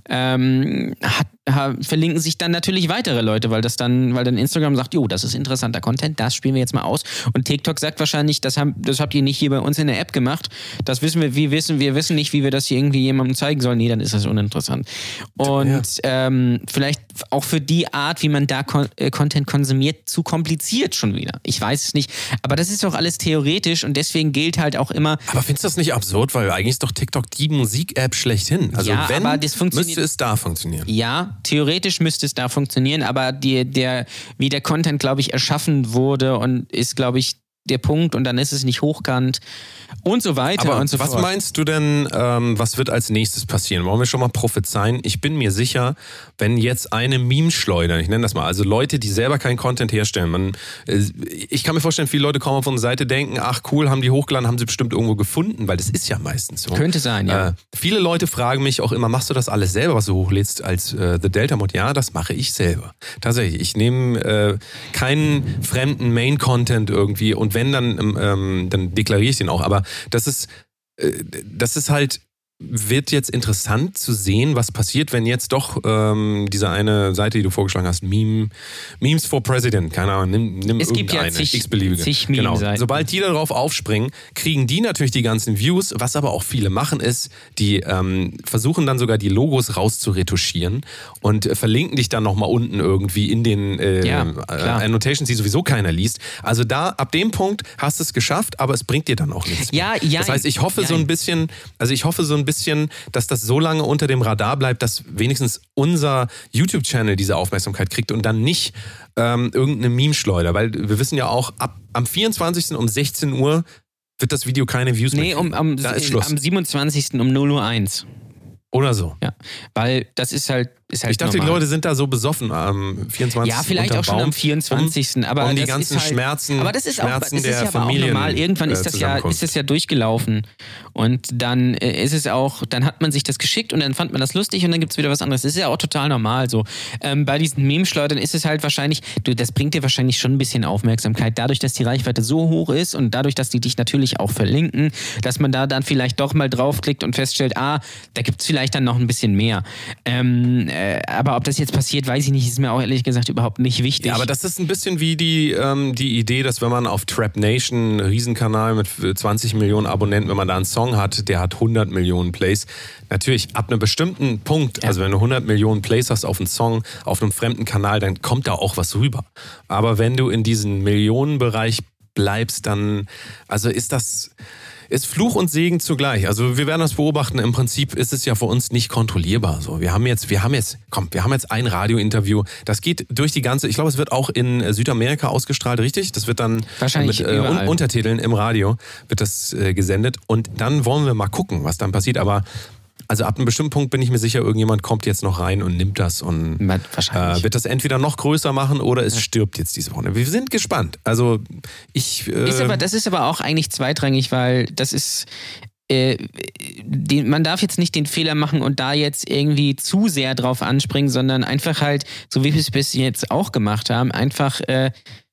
ähm, hat, ha, verlinken sich dann natürlich weitere Leute, weil das dann, weil dann Instagram sagt, jo, das ist interessanter Content, das spielen wir jetzt mal aus. Und TikTok sagt wahrscheinlich, das, haben, das habt ihr nicht hier bei uns in der App gemacht. Das wissen wir, wir wissen, wir wissen nicht, wie wir das hier irgendwie jemandem zeigen sollen. Nee, dann ist das uninteressant. Und ja. ähm, vielleicht auch für die Art, wie man da Kon- äh, Content konsumiert, zu kompliziert schon wieder. Ich weiß es nicht. Aber das ist doch alles theoretisch und deswegen gilt halt auch immer. Aber findest du das nicht absurd? Weil eigentlich ist doch TikTok die Musik-App schlechthin. Also ja, wenn, aber das funktioniert, müsste es da funktionieren. Ja, theoretisch müsste es da funktionieren, aber die, der, wie der Content, glaube ich, erschaffen wurde und ist, glaube ich, der Punkt und dann ist es nicht hochkant und so weiter Aber und so was fort. meinst du denn, ähm, was wird als nächstes passieren? Wollen wir schon mal prophezeien? Ich bin mir sicher, wenn jetzt eine Meme-Schleuder, ich nenne das mal, also Leute, die selber keinen Content herstellen, man, äh, ich kann mir vorstellen, viele Leute kommen auf unsere Seite, denken, ach cool, haben die hochgeladen, haben sie bestimmt irgendwo gefunden, weil das ist ja meistens so. Könnte sein, ja. Äh, viele Leute fragen mich auch immer, machst du das alles selber, was du hochlädst als äh, The Delta Mod? Ja, das mache ich selber. Tatsächlich, ich nehme äh, keinen fremden Main-Content irgendwie und wenn, dann, ähm, dann deklariere ich den auch. Aber das ist, äh, das ist halt, wird jetzt interessant zu sehen, was passiert, wenn jetzt doch ähm, diese eine Seite, die du vorgeschlagen hast, Meme, Memes for President, keine Ahnung, nimm, nimm Es gibt ja irgendeine, zig- x-beliebige. zig Genau. Meme-Seiten. Sobald die darauf aufspringen, kriegen die natürlich die ganzen Views. Was aber auch viele machen ist, die ähm, versuchen dann sogar die Logos rauszuretuschieren und äh, verlinken dich dann nochmal unten irgendwie in den äh, Ja, äh, klar. Annotations, die sowieso keiner liest. Also da, ab dem Punkt hast du es geschafft, aber es bringt dir dann auch nichts mehr. Ja, ja. Das heißt, ich hoffe ja, so ein bisschen, also ich hoffe so ein bisschen, dass das so lange unter dem Radar bleibt, dass wenigstens unser YouTube-Channel diese Aufmerksamkeit kriegt und dann nicht ähm, irgendeine Meme-Schleuder, weil wir wissen ja auch, ab am vierundzwanzigsten um sechzehn Uhr wird das Video keine Views Nee, mehr um, kriegen. um, Da ist Schluss. am siebenundzwanzigsten um null Uhr eins. Oder so. Ja, weil das ist halt, ist halt Ich dachte, normal. die Leute sind da so besoffen am vierundzwanzigsten Ja, vielleicht unterm auch schon Baum, am vierundzwanzigsten Aber um, um die das ganzen ist halt, Schmerzen, aber das ist auch, das Schmerzen ist der ja aber auch Familien, normal. Irgendwann äh, ist das ja, Zusammenkunft. ist das ja durchgelaufen und dann äh, ist es auch, dann hat man sich das geschickt und dann fand man das lustig und dann gibt es wieder was anderes. Das ist ja auch total normal so. Ähm, bei diesen Meme-Schleudern ist es halt wahrscheinlich, du, das bringt dir wahrscheinlich schon ein bisschen Aufmerksamkeit, dadurch, dass die Reichweite so hoch ist und dadurch, dass die dich natürlich auch verlinken, dass man da dann vielleicht doch mal draufklickt und feststellt, ah, da gibt es vielleicht dann noch ein bisschen mehr. Ähm, äh, aber ob das jetzt passiert, weiß ich nicht, ist mir auch ehrlich gesagt überhaupt nicht wichtig. Ja, aber das ist ein bisschen wie die, ähm, die Idee, dass wenn man auf Trap Nation, einen Riesenkanal mit zwanzig Millionen Abonnenten, wenn man da einen Song hat, der hat hundert Millionen Plays. Natürlich, ab einem bestimmten Punkt, Ja. also wenn du hundert Millionen Plays hast auf einen Song, auf einem fremden Kanal, dann kommt da auch was rüber. Aber wenn du in diesem Millionenbereich bleibst, dann, also ist das... ist Fluch und Segen zugleich. Also wir werden das beobachten. Im Prinzip ist es ja für uns nicht kontrollierbar. So, wir haben jetzt, wir haben jetzt, komm, wir haben jetzt ein Radiointerview. Das geht durch die ganze. Ich glaube, es wird auch in Südamerika ausgestrahlt, richtig? Das wird dann Wahrscheinlich mit äh, Un- überall. Untertiteln im Radio wird das äh, gesendet. Und dann wollen wir mal gucken, was dann passiert. Aber also ab einem bestimmten Punkt bin ich mir sicher, irgendjemand kommt jetzt noch rein und nimmt das und Wahrscheinlich. äh, wird das entweder noch größer machen oder es stirbt jetzt diese Woche. Wir sind gespannt. Also ich. Äh, Ist aber, das ist aber auch eigentlich zweitrangig, weil das ist. Äh, die, man darf jetzt nicht den Fehler machen und da jetzt irgendwie zu sehr drauf anspringen, sondern einfach halt, so wie wir es bis jetzt auch gemacht haben, einfach äh,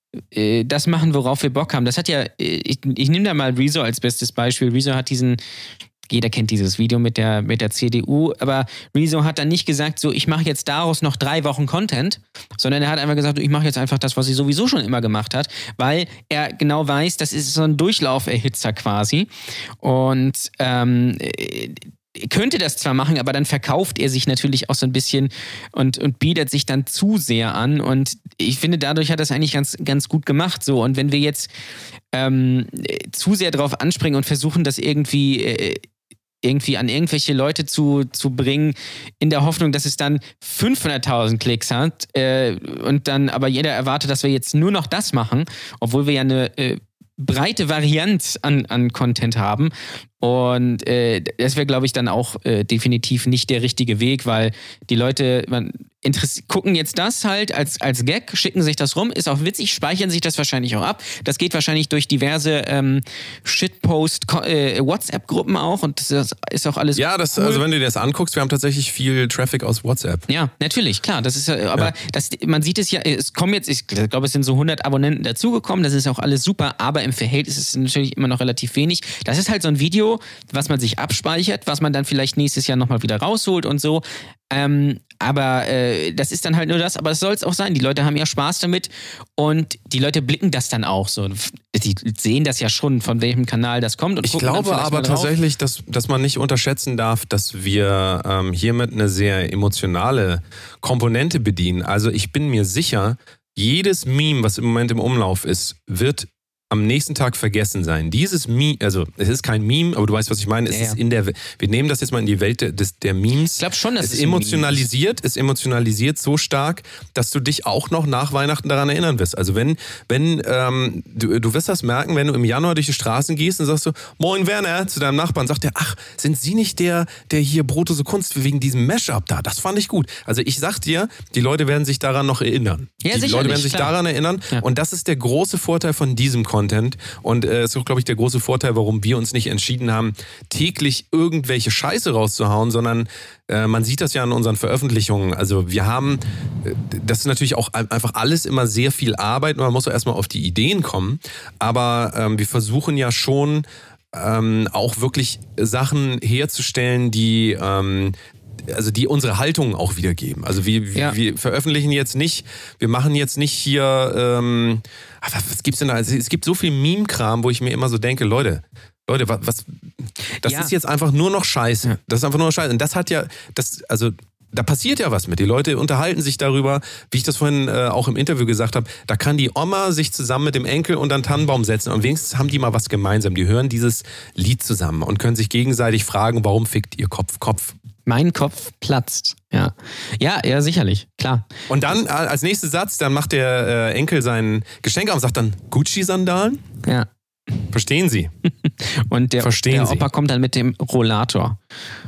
äh, das machen, worauf wir Bock haben. Das hat ja, äh, ich, ich nehme da mal Rezo als bestes Beispiel. Rezo hat diesen. Jeder kennt dieses Video mit der, mit der C D U, aber Rezo hat dann nicht gesagt, so ich mache jetzt daraus noch drei Wochen Content, sondern er hat einfach gesagt, ich mache jetzt einfach das, was er sowieso schon immer gemacht hat, weil er genau weiß, das ist so ein Durchlauferhitzer quasi und ähm, könnte das zwar machen, aber dann verkauft er sich natürlich auch so ein bisschen und, und bietet sich dann zu sehr an. Und ich finde, dadurch hat er es eigentlich ganz, ganz gut gemacht. So. Und wenn wir jetzt ähm, zu sehr drauf anspringen und versuchen, das irgendwie... Äh, irgendwie an irgendwelche Leute zu, zu bringen, in der Hoffnung, dass es dann fünfhunderttausend Klicks hat äh, und dann aber jeder erwartet, dass wir jetzt nur noch das machen, obwohl wir ja eine äh, breite Varianz an, an Content haben. Und äh, das wäre, glaube ich, dann auch äh, definitiv nicht der richtige Weg, weil die Leute man, interess- gucken jetzt das halt als, als Gag, schicken sich das rum, ist auch witzig, speichern sich das wahrscheinlich auch ab. Das geht wahrscheinlich durch diverse ähm, Shitpost-WhatsApp-Gruppen äh, auch und das ist auch alles Ja, das, cool. also wenn du dir das anguckst, wir haben tatsächlich viel Traffic aus WhatsApp. Ja, natürlich, klar. Das ist ja, aber Ja. Das, man sieht es ja, es kommen jetzt, ich glaube, es sind so hundert Abonnenten dazugekommen, das ist auch alles super, aber im Verhältnis ist es natürlich immer noch relativ wenig. Das ist halt so ein Video, was man sich abspeichert, was man dann vielleicht nächstes Jahr nochmal wieder rausholt und so. Ähm, aber äh, das ist dann halt nur das, aber es soll es auch sein. Die Leute haben ja Spaß damit und die Leute blicken das dann auch so. Die sehen das ja schon, von welchem Kanal das kommt. Und Ich gucken dann glaube vielleicht aber mal drauf. tatsächlich, dass, dass man nicht unterschätzen darf, dass wir ähm, hiermit eine sehr emotionale Komponente bedienen. Also ich bin mir sicher, jedes Meme, was im Moment im Umlauf ist, wird am nächsten Tag vergessen sein. Dieses Meme, also es ist kein Meme, aber du weißt, was ich meine. Es Ja, ja. ist in der, wir nehmen das jetzt mal in die Welt des, der Memes. Ich glaube schon, dass es es ein emotionalisiert, es emotionalisiert so stark, dass du dich auch noch nach Weihnachten daran erinnern wirst. Also wenn, wenn ähm, du, du wirst das merken, wenn du im Januar durch die Straßen gehst und sagst so, Moin Werner, zu deinem Nachbarn, sagt der, ach, sind Sie nicht der, der hier Brotose Kunst wegen diesem Mashup da? Das fand ich gut. Also ich sag dir, die Leute werden sich daran noch erinnern. Ja, die sicherlich, Leute werden sich klar. daran erinnern. Ja. Und das ist der große Vorteil von diesem Content. Und äh, ist auch, glaube ich, der große Vorteil, warum wir uns nicht entschieden haben, täglich irgendwelche Scheiße rauszuhauen, sondern äh, man sieht das ja in unseren Veröffentlichungen. Also wir haben, äh, das ist natürlich auch einfach alles immer sehr viel Arbeit und man muss auch erstmal auf die Ideen kommen. Aber ähm, wir versuchen ja schon ähm, auch wirklich Sachen herzustellen, die... Ähm, also die unsere Haltung auch wiedergeben. Also wir, Ja. wir veröffentlichen jetzt nicht, wir machen jetzt nicht hier, ähm, was, was gibt's denn da? Also es gibt so viel Meme-Kram, wo ich mir immer so denke, Leute, Leute, was, was das Ja. ist jetzt einfach nur noch Scheiße. Das ist einfach nur noch Scheiße. Und das hat ja, das, also da passiert ja was mit. Die Leute unterhalten sich darüber, wie ich das vorhin äh, auch im Interview gesagt habe, da kann die Oma sich zusammen mit dem Enkel unter einen Tannenbaum setzen und wenigstens haben die mal was gemeinsam. Die hören dieses Lied zusammen und können sich gegenseitig fragen, warum fickt ihr Kopf Kopf? Mein Kopf platzt. Ja, ja, ja, sicherlich, klar. Und dann äh, als nächster Satz, dann macht der äh, Enkel sein Geschenk auf und sagt dann Gucci-Sandalen? Ja. Verstehen Sie? Und der, Verstehen der Sie. Opa kommt dann mit dem Rollator.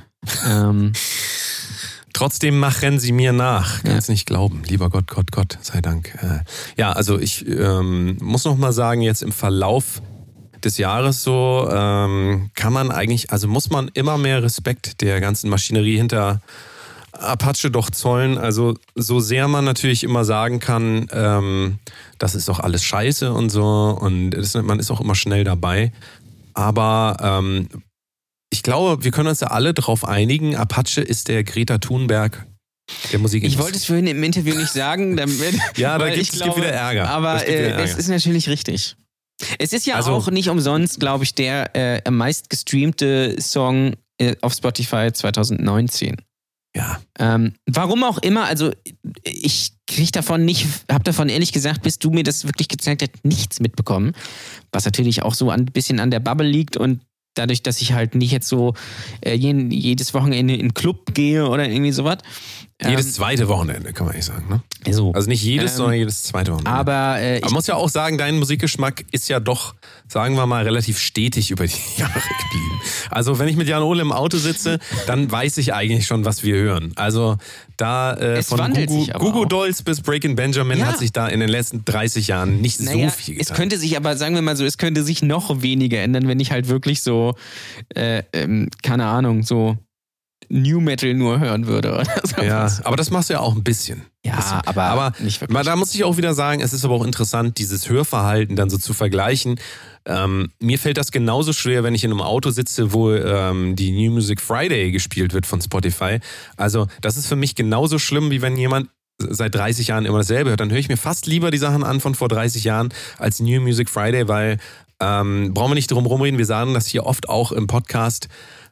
ähm, Trotzdem machen Sie mir nach. Kann's nicht glauben. Lieber Gott, Gott, Gott, sei Dank. Äh, ja, also ich ähm, muss noch mal sagen, jetzt im Verlauf des Jahres so ähm, kann man eigentlich, also muss man immer mehr Respekt der ganzen Maschinerie hinter Apache doch zollen. Also so sehr man natürlich immer sagen kann, ähm, das ist doch alles scheiße und so und das, man ist auch immer schnell dabei. Aber ähm, ich glaube, wir können uns ja alle darauf einigen, Apache ist der Greta Thunberg der Musik. ich wollte es vorhin im Interview nicht sagen, damit, Ja, da weil gibt's- ich es glaube, gibt wieder Ärger. Aber Es gibt wieder äh, es Ärger. ist natürlich richtig. Es ist ja Also- auch nicht umsonst, glaube ich, der äh, am meist gestreamte Song äh, auf Spotify zwanzig neunzehn. Ja. Ähm, warum auch immer, also ich kriege davon nicht, habe davon ehrlich gesagt, bis du mir das wirklich gezeigt hast, nichts mitbekommen. Was natürlich auch so ein bisschen an der Bubble liegt und dadurch, dass ich halt nicht jetzt so äh, jeden, jedes Wochenende in den Club gehe oder irgendwie sowas. Jedes zweite Wochenende, kann man eigentlich sagen. Ne? Ähm, so. Also nicht jedes, Ähm, sondern jedes zweite Wochenende. Aber äh, ich Man muss ja auch sagen, dein Musikgeschmack ist ja doch, sagen wir mal, relativ stetig über die Jahre geblieben. Also wenn ich mit Jan Ole im Auto sitze, dann weiß ich eigentlich schon, was wir hören. Also da äh, Es von wandelt Gugu, sich aber Gugu auch. Dolls bis Breaking Benjamin Ja. hat sich da in den letzten dreißig Jahren nicht Naja, so viel es getan. könnte sich aber, sagen wir mal so, es könnte sich noch weniger ändern, wenn ich halt wirklich so, äh, ähm, keine Ahnung, so New Metal nur hören würde oder so. Ja, aber das machst du ja auch ein bisschen. Ja, Bisschen. aber, aber nicht wirklich. mal, da muss ich auch wieder sagen, es ist aber auch interessant, dieses Hörverhalten dann so zu vergleichen. Ähm, mir fällt das genauso schwer, wenn ich in einem Auto sitze, wo ähm, die New Music Friday gespielt wird von Spotify. Also das ist für mich genauso schlimm, wie wenn jemand seit dreißig Jahren immer dasselbe hört. Dann höre ich mir fast lieber die Sachen an von vor dreißig Jahren als New Music Friday, weil ähm, brauchen wir nicht drum rumreden, wir sagen das hier oft auch im Podcast.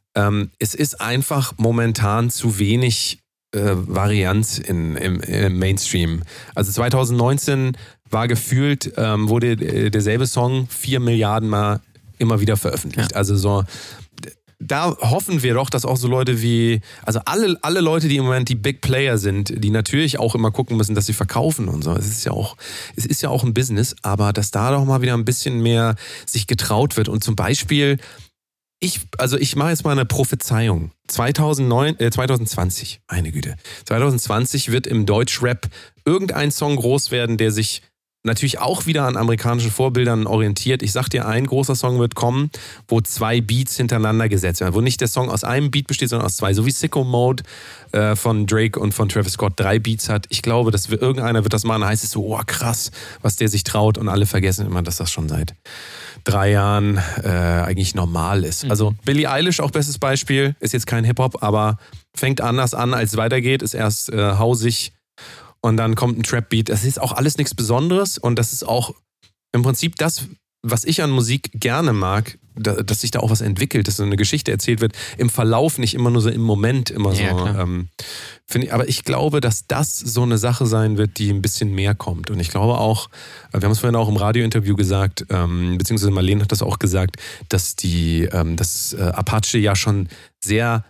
ähm, es ist einfach momentan zu wenig äh, Varianz in, im, im Mainstream. Also zwanzig neunzehn war gefühlt, ähm, wurde derselbe Song vier Milliarden Mal immer wieder veröffentlicht. Ja. Also so, da hoffen wir doch, dass auch so Leute wie, also alle, alle Leute, die im Moment die Big Player sind, die natürlich auch immer gucken müssen, dass sie verkaufen und so. Es ist ja auch, es ist ja auch ein Business, aber dass da doch mal wieder ein bisschen mehr sich getraut wird. Und zum Beispiel, ich, also ich mache jetzt mal eine Prophezeiung. zweitausendneun, äh, zwanzig zwanzig, meine Güte. zwanzig zwanzig wird im Deutschrap irgendein Song groß werden, der sich natürlich auch wieder an amerikanischen Vorbildern orientiert. Ich sag dir, ein großer Song wird kommen, wo zwei Beats hintereinander gesetzt werden. Wo nicht der Song aus einem Beat besteht, sondern aus zwei. So wie Sicko Mode äh, von Drake und von Travis Scott drei Beats hat. Ich glaube, dass wir, irgendeiner wird das machen. Dann heißt es so, oh krass, was der sich traut. Und alle vergessen immer, dass das schon seit drei Jahren äh, eigentlich normal ist. Mhm. Also Billie Eilish, auch bestes Beispiel, ist jetzt kein Hip-Hop, aber fängt anders an, als es weitergeht. Ist erst äh, hausig. Und dann kommt ein Trap-Beat. Das ist auch alles nichts Besonderes und das ist auch im Prinzip das, was ich an Musik gerne mag, dass sich da auch was entwickelt, dass so eine Geschichte erzählt wird, im Verlauf, nicht immer nur so im Moment, immer so. Ja, ähm, find ich, aber ich glaube, dass das so eine Sache sein wird, die ein bisschen mehr kommt. Und ich glaube auch, wir haben es vorhin auch im Radiointerview gesagt, ähm, beziehungsweise Marlene hat das auch gesagt, dass die, ähm, dass äh, Apache ja schon sehr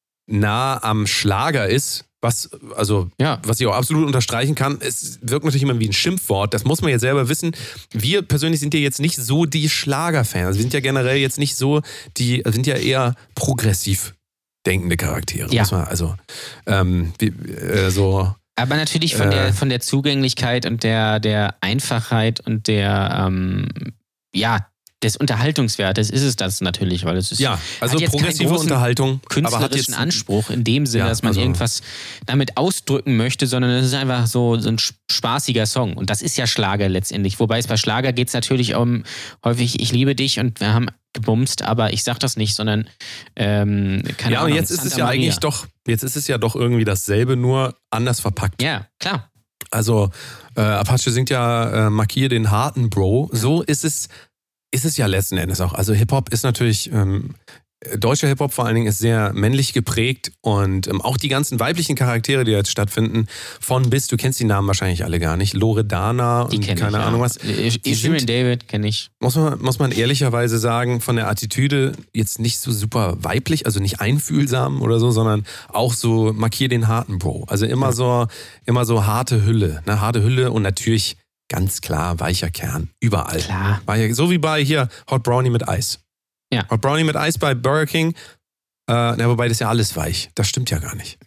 nah am Schlager ist. Was, also, ja. was ich auch absolut unterstreichen kann, es wirkt natürlich immer wie ein Schimpfwort. Das muss man jetzt selber wissen. Wir persönlich sind ja jetzt nicht so die Schlagerfans. Also wir sind ja generell jetzt nicht so die, sind ja eher progressiv denkende Charaktere. Ja. Muss man, also, ähm, wie, äh, so. Aber natürlich von, äh, der, von der Zugänglichkeit und der, der Einfachheit und der, ähm, ja, des Unterhaltungswertes ist es das natürlich, weil es ist ja, also progressive Unterhaltung, künstlerischen aber hat jetzt Anspruch in dem Sinne, ja, dass man also irgendwas damit ausdrücken möchte, sondern es ist einfach so, so ein spaßiger Song und das ist ja Schlager letztendlich. Wobei es bei Schlager geht es natürlich um häufig ich liebe dich und wir haben gebumst, aber ich sag das nicht, sondern ähm, keine ja, Ahnung. Ja, und jetzt ist es ja Maria. eigentlich doch, jetzt ist es ja doch irgendwie dasselbe, nur anders verpackt. Ja, klar. Also äh, Apache singt ja äh, markier den harten Bro, so ist es Ist es ja letzten Endes auch. Also Hip-Hop ist natürlich, ähm, deutscher Hip-Hop vor allen Dingen ist sehr männlich geprägt und ähm, auch die ganzen weiblichen Charaktere, die jetzt stattfinden, von bis, du kennst die Namen wahrscheinlich alle gar nicht, Loredana und keine ich, Ahnung ja. was. Shirin David kenne ich. Muss man, muss man ehrlicherweise sagen, von der Attitüde jetzt nicht so super weiblich, also nicht einfühlsam oder so, sondern auch so markier den harten Bro. Also immer ja. so, immer so harte Hülle, ne? Harte Hülle und natürlich ganz klar, weicher Kern. Überall. Klar. So wie bei hier Hot Brownie mit Eis. Ja. Hot Brownie mit Eis bei Burger King. Äh, na, wobei das ist ja alles weich. Das stimmt ja gar nicht.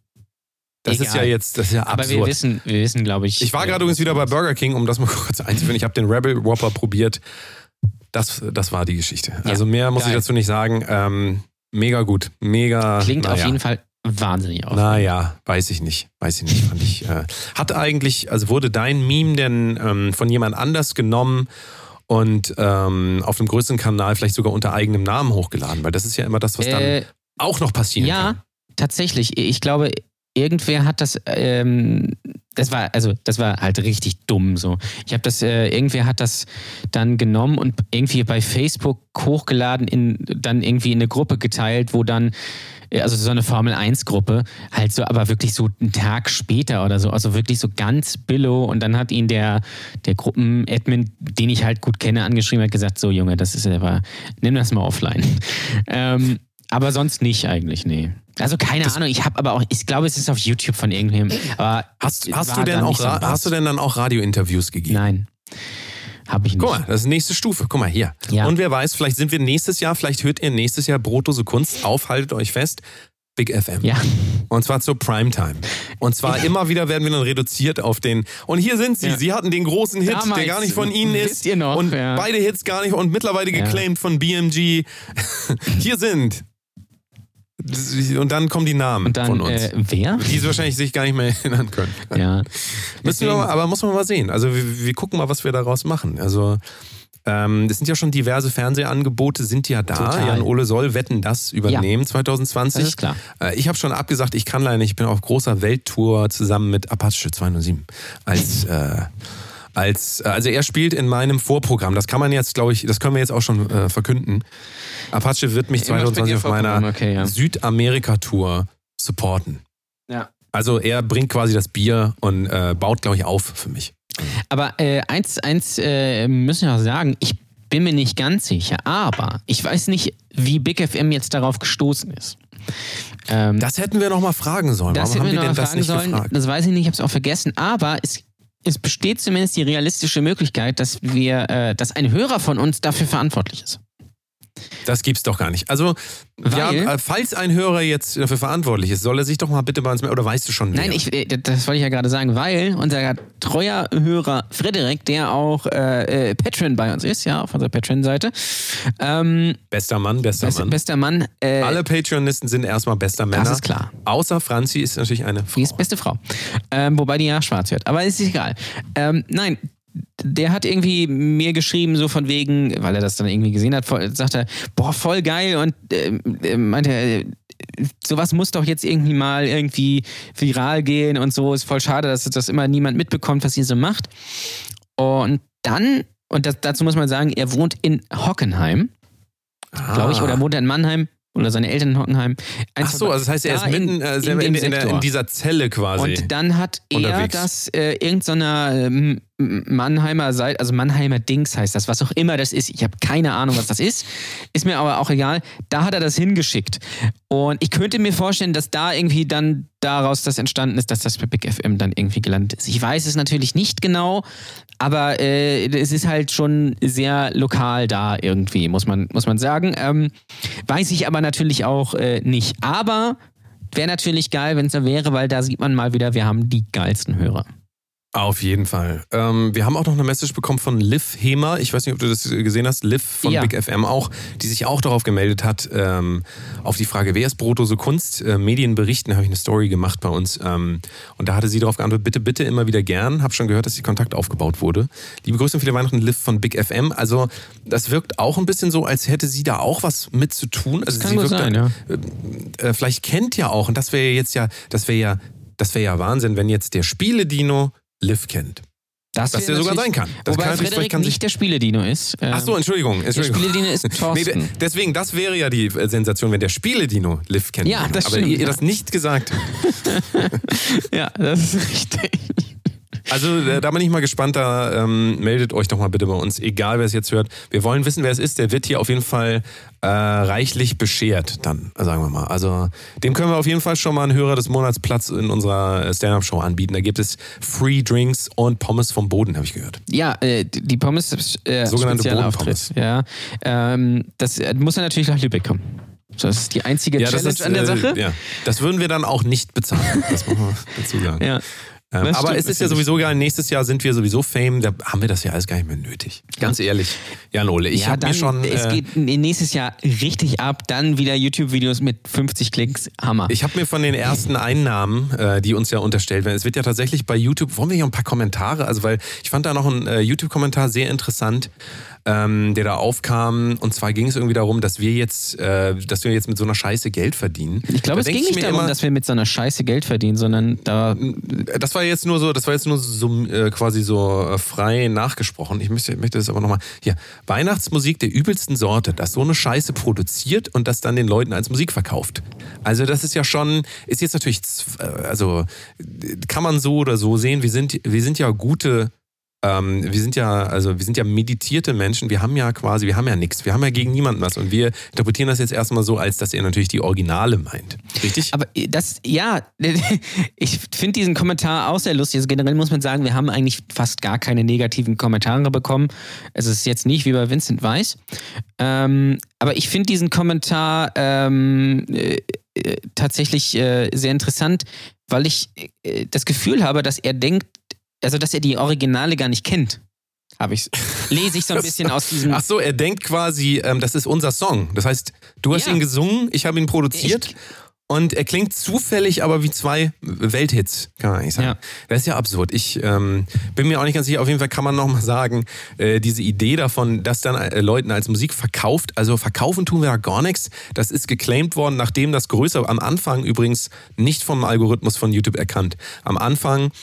Das Egal. ist ja jetzt, das ist ja absurd. Aber wir wissen, wir wissen, glaube ich. Ich war gerade übrigens wieder bei Burger King, um das mal kurz einzuführen. Ich habe den Rebel Whopper probiert. Das, das war die Geschichte. Ja. Also mehr muss Geil. ich dazu nicht sagen. Ähm, mega gut. Mega. Klingt naja. auf jeden Fall wahnsinnig auf. Naja, weiß ich nicht. Weiß ich nicht. Fand ich, äh, hat eigentlich, also wurde dein Meme denn ähm, von jemand anders genommen und ähm, auf einem größeren Kanal vielleicht sogar unter eigenem Namen hochgeladen? Weil das ist ja immer das, was äh, dann auch noch passieren ja, kann. Ja, tatsächlich. Ich glaube, irgendwer hat das, ähm, das war, also das war halt richtig dumm so. Ich habe das, äh, irgendwer hat das dann genommen und irgendwie bei Facebook hochgeladen, in, dann irgendwie in eine Gruppe geteilt, wo dann also so eine Formel eins Gruppe, halt so, aber wirklich so einen Tag später oder so, also wirklich so ganz billow und dann hat ihn der, der Gruppen-Admin, den ich halt gut kenne, angeschrieben, hat gesagt, so Junge, das ist aber, nimm das mal offline. ähm, aber sonst nicht eigentlich, nee. Also keine das Ahnung, ich habe aber auch, ich glaube, es ist auf YouTube von irgendwem. Aber hast, hast, du denn auch, so hast du denn dann auch Radiointerviews gegeben? Nein. Habe ich nicht. Guck mal, das ist die nächste Stufe. Guck mal hier. Ja. Und wer weiß, vielleicht sind wir nächstes Jahr, vielleicht hört ihr nächstes Jahr Brotdose Kunst auf, haltet euch fest, Big F M. Ja. Und zwar zur Primetime. Und zwar ja. immer wieder werden wir dann reduziert auf den. Und hier sind sie. Ja. Sie hatten den großen Hit, Damals, der gar nicht von ihnen ist. Ihr noch, und ja. beide Hits gar nicht und mittlerweile geclaimed ja. von B M G. Hier sind. Und dann kommen die Namen und dann, von uns. Äh, wer? Die sie wahrscheinlich sich gar nicht mehr erinnern können. Ja. Müssen wir aber, aber muss man mal sehen. Also wir, wir gucken mal, was wir daraus machen. Also ähm, es sind ja schon diverse Fernsehangebote, sind ja da. Total. Jan Ole soll Wetten, das übernehmen ja. zwanzig zwanzig. Das ist klar. Äh, ich habe schon abgesagt, ich kann leider nicht. Ich bin auf großer Welttour zusammen mit Apache zweihundertsieben als, äh, als, also er spielt in meinem Vorprogramm. Das kann man jetzt, glaube ich, das können wir jetzt auch schon äh, verkünden. Apache wird mich zwanzig zwanzig auf meiner okay, ja. Südamerika-Tour supporten. Ja. Also er bringt quasi das Bier und äh, baut, glaube ich, auf für mich. Aber äh, eins, eins äh, müssen wir auch sagen, ich bin mir nicht ganz sicher, aber ich weiß nicht, wie Big F M jetzt darauf gestoßen ist. Ähm, das hätten wir noch mal fragen sollen. das Warum haben hätten die wir denn noch mal das fragen nicht sollen. gefragt? Das weiß ich nicht, ich habe es auch vergessen, aber es, es besteht zumindest die realistische Möglichkeit, dass wir, äh, dass ein Hörer von uns dafür verantwortlich ist. Das gibt's doch gar nicht. Also, ja, Weil- falls ein Hörer jetzt dafür verantwortlich ist, soll er sich doch mal bitte bei uns melden. Oder weißt du schon wer? Nein, ich, äh, das wollte ich ja gerade sagen, weil unser treuer Hörer Frederik, der auch äh, äh, Patreon bei uns ist, ja, auf unserer Patreon-Seite. Ähm, Bester Mann, bester best, Mann. bester Mann. Äh, Alle Patreonisten sind erstmal bester Männer. Das ist klar. Außer Franzi ist natürlich eine Frau. Die ist beste Frau. Ähm, wobei die ja schwarz wird. Aber ist egal. Ähm, nein, der hat irgendwie mir geschrieben, so von wegen, weil er das dann irgendwie gesehen hat, voll, sagt er, boah, voll geil und äh, meinte er, sowas muss doch jetzt irgendwie mal irgendwie viral gehen und so. Ist voll schade, dass das immer niemand mitbekommt, was ihr so macht. Und dann, und das, dazu muss man sagen, er wohnt in Hockenheim, Ah. glaube ich, oder wohnt er in Mannheim. Oder seine Eltern in Hockenheim. Ach so, also das heißt, er ist Da in- mitten äh, in selber in, dem in, der, in Sektor. dieser Zelle quasi. Und dann hat er unterwegs. das äh, irgendeiner ähm, Mannheimer Seite, also Mannheimer Dings heißt das, was auch immer das ist. Ich habe keine Ahnung, was das ist. Ist mir aber auch egal. Da hat er das hingeschickt. Und ich könnte mir vorstellen, dass da irgendwie dann daraus das entstanden ist, dass das bei Big F M dann irgendwie gelandet ist. Ich weiß es natürlich nicht genau, aber äh, es ist halt schon sehr lokal da irgendwie, muss man, muss man sagen. Ähm, weiß ich aber natürlich auch äh, nicht. Aber wäre natürlich geil, wenn es so wäre, weil da sieht man mal wieder, wir haben die geilsten Hörer. Auf jeden Fall. Ähm, wir haben auch noch eine Message bekommen von Liv Hemer. Ich weiß nicht, ob du das gesehen hast. Liv von Ja. Big F M auch, die sich auch darauf gemeldet hat, ähm, auf die Frage, wer ist Brotdose Kunst? Äh, Medien berichten, habe ich eine Story gemacht bei uns. Ähm, und da hatte sie darauf geantwortet, bitte, bitte immer wieder gern. Hab schon gehört, dass die Kontakt aufgebaut wurde. Liebe Grüße und viele Weihnachten, Liv von Big F M. Also das wirkt auch ein bisschen so, als hätte sie da auch was mit zu tun. Also kann sie gut wirkt sein, da, äh, äh, vielleicht kennt ja auch, und das wäre jetzt ja, das wäre ja, das wäre ja Wahnsinn, wenn jetzt der Spieledino Liv kennt. Das Dass wäre der sogar natürlich- sein kann. Das Wobei kann natürlich- vielleicht Frederik kann sich- nicht der Spieledino ist. Ähm, Ach so, Entschuldigung. der Entschuldigung. Spieledino ist Nee, Thorsten. de- deswegen, das wäre ja die äh, Sensation, wenn der Spieledino Liv kennt. Ja, das Aber stimmt, ihr, ihr ja. das nicht gesagt. Ja, das ist richtig. Also äh, da bin ich mal gespannt, da ähm, meldet euch doch mal bitte bei uns, egal wer es jetzt hört. Wir wollen wissen, wer es ist, der wird hier auf jeden Fall äh, reichlich beschert dann, sagen wir mal. Also dem können wir auf jeden Fall schon mal einen Hörer des Monats Platz in unserer Stand-Up-Show anbieten. Da gibt es Free Drinks und Pommes vom Boden, habe ich gehört. Ja, äh, die Pommes, äh, Sogenannte Spezialauftritt. Ja, ähm, das äh, muss ja natürlich nach Lübeck kommen. So, das ist die einzige Ja, das Challenge ist, an der äh, Sache. Ja. Das würden wir dann auch nicht bezahlen, das muss man dazu sagen. Ja. Ähm, Das aber stimmt es ist ja natürlich. sowieso geil, nächstes Jahr sind wir sowieso Fame, da haben wir das ja alles gar nicht mehr nötig. Ganz ehrlich, Jan Ole, ich ja, habe dann, mir schon... es Äh, geht nächstes Jahr richtig ab, dann wieder YouTube-Videos mit fünfzig Klicks, Hammer. ich habe mir von den ersten Einnahmen, äh, die uns ja unterstellt werden, es wird ja tatsächlich bei YouTube, wollen wir hier ein paar Kommentare, also weil ich fand da noch einen äh, YouTube-Kommentar sehr interessant, ähm, der da aufkam, und zwar ging es irgendwie darum, dass wir jetzt, äh, dass wir jetzt mit so einer Scheiße Geld verdienen. ich glaube, Da es denk ging ich nicht mir darum, immer, dass wir mit so einer Scheiße Geld verdienen, sondern da Das war jetzt nur so, das war jetzt nur so äh, quasi so äh, frei nachgesprochen. Ich möchte, möchte das aber nochmal. Hier, Weihnachtsmusik der übelsten Sorte, das so eine Scheiße produziert und das dann den Leuten als Musik verkauft. Also das ist ja schon, ist jetzt natürlich, z- äh, also äh, kann man so oder so sehen, wir sind, wir sind ja gute. Ähm, wir sind ja, also wir sind ja meditierte Menschen, wir haben ja quasi, wir haben ja nichts, wir haben ja gegen niemanden was und wir interpretieren das jetzt erstmal so, als dass er natürlich die Originale meint. Richtig? Aber das, ja, ich finde diesen Kommentar auch sehr lustig. Also generell muss man sagen, wir haben eigentlich fast gar keine negativen Kommentare bekommen. Es ist jetzt nicht wie bei Vincent Weiss. Ähm, aber ich finde diesen Kommentar ähm, äh, äh, tatsächlich äh, sehr interessant, weil ich äh, das Gefühl habe, dass er denkt, also dass er die Originale gar nicht kennt. Habe ich, lese ich so ein bisschen aus diesem... Ach so, er denkt quasi, ähm, das ist unser Song. Das heißt, du hast Ja. ihn gesungen, ich habe ihn produziert Ich- und er klingt zufällig aber wie zwei Welthits, kann man eigentlich sagen. Ja. Das ist ja absurd. Ich ähm, bin mir auch nicht ganz sicher, auf jeden Fall kann man nochmal sagen, äh, diese Idee davon, dass dann äh, Leuten als Musik verkauft, also verkaufen tun wir da gar nichts, das ist geclaimed worden, nachdem das größer, am Anfang übrigens nicht vom Algorithmus von YouTube erkannt. Am Anfang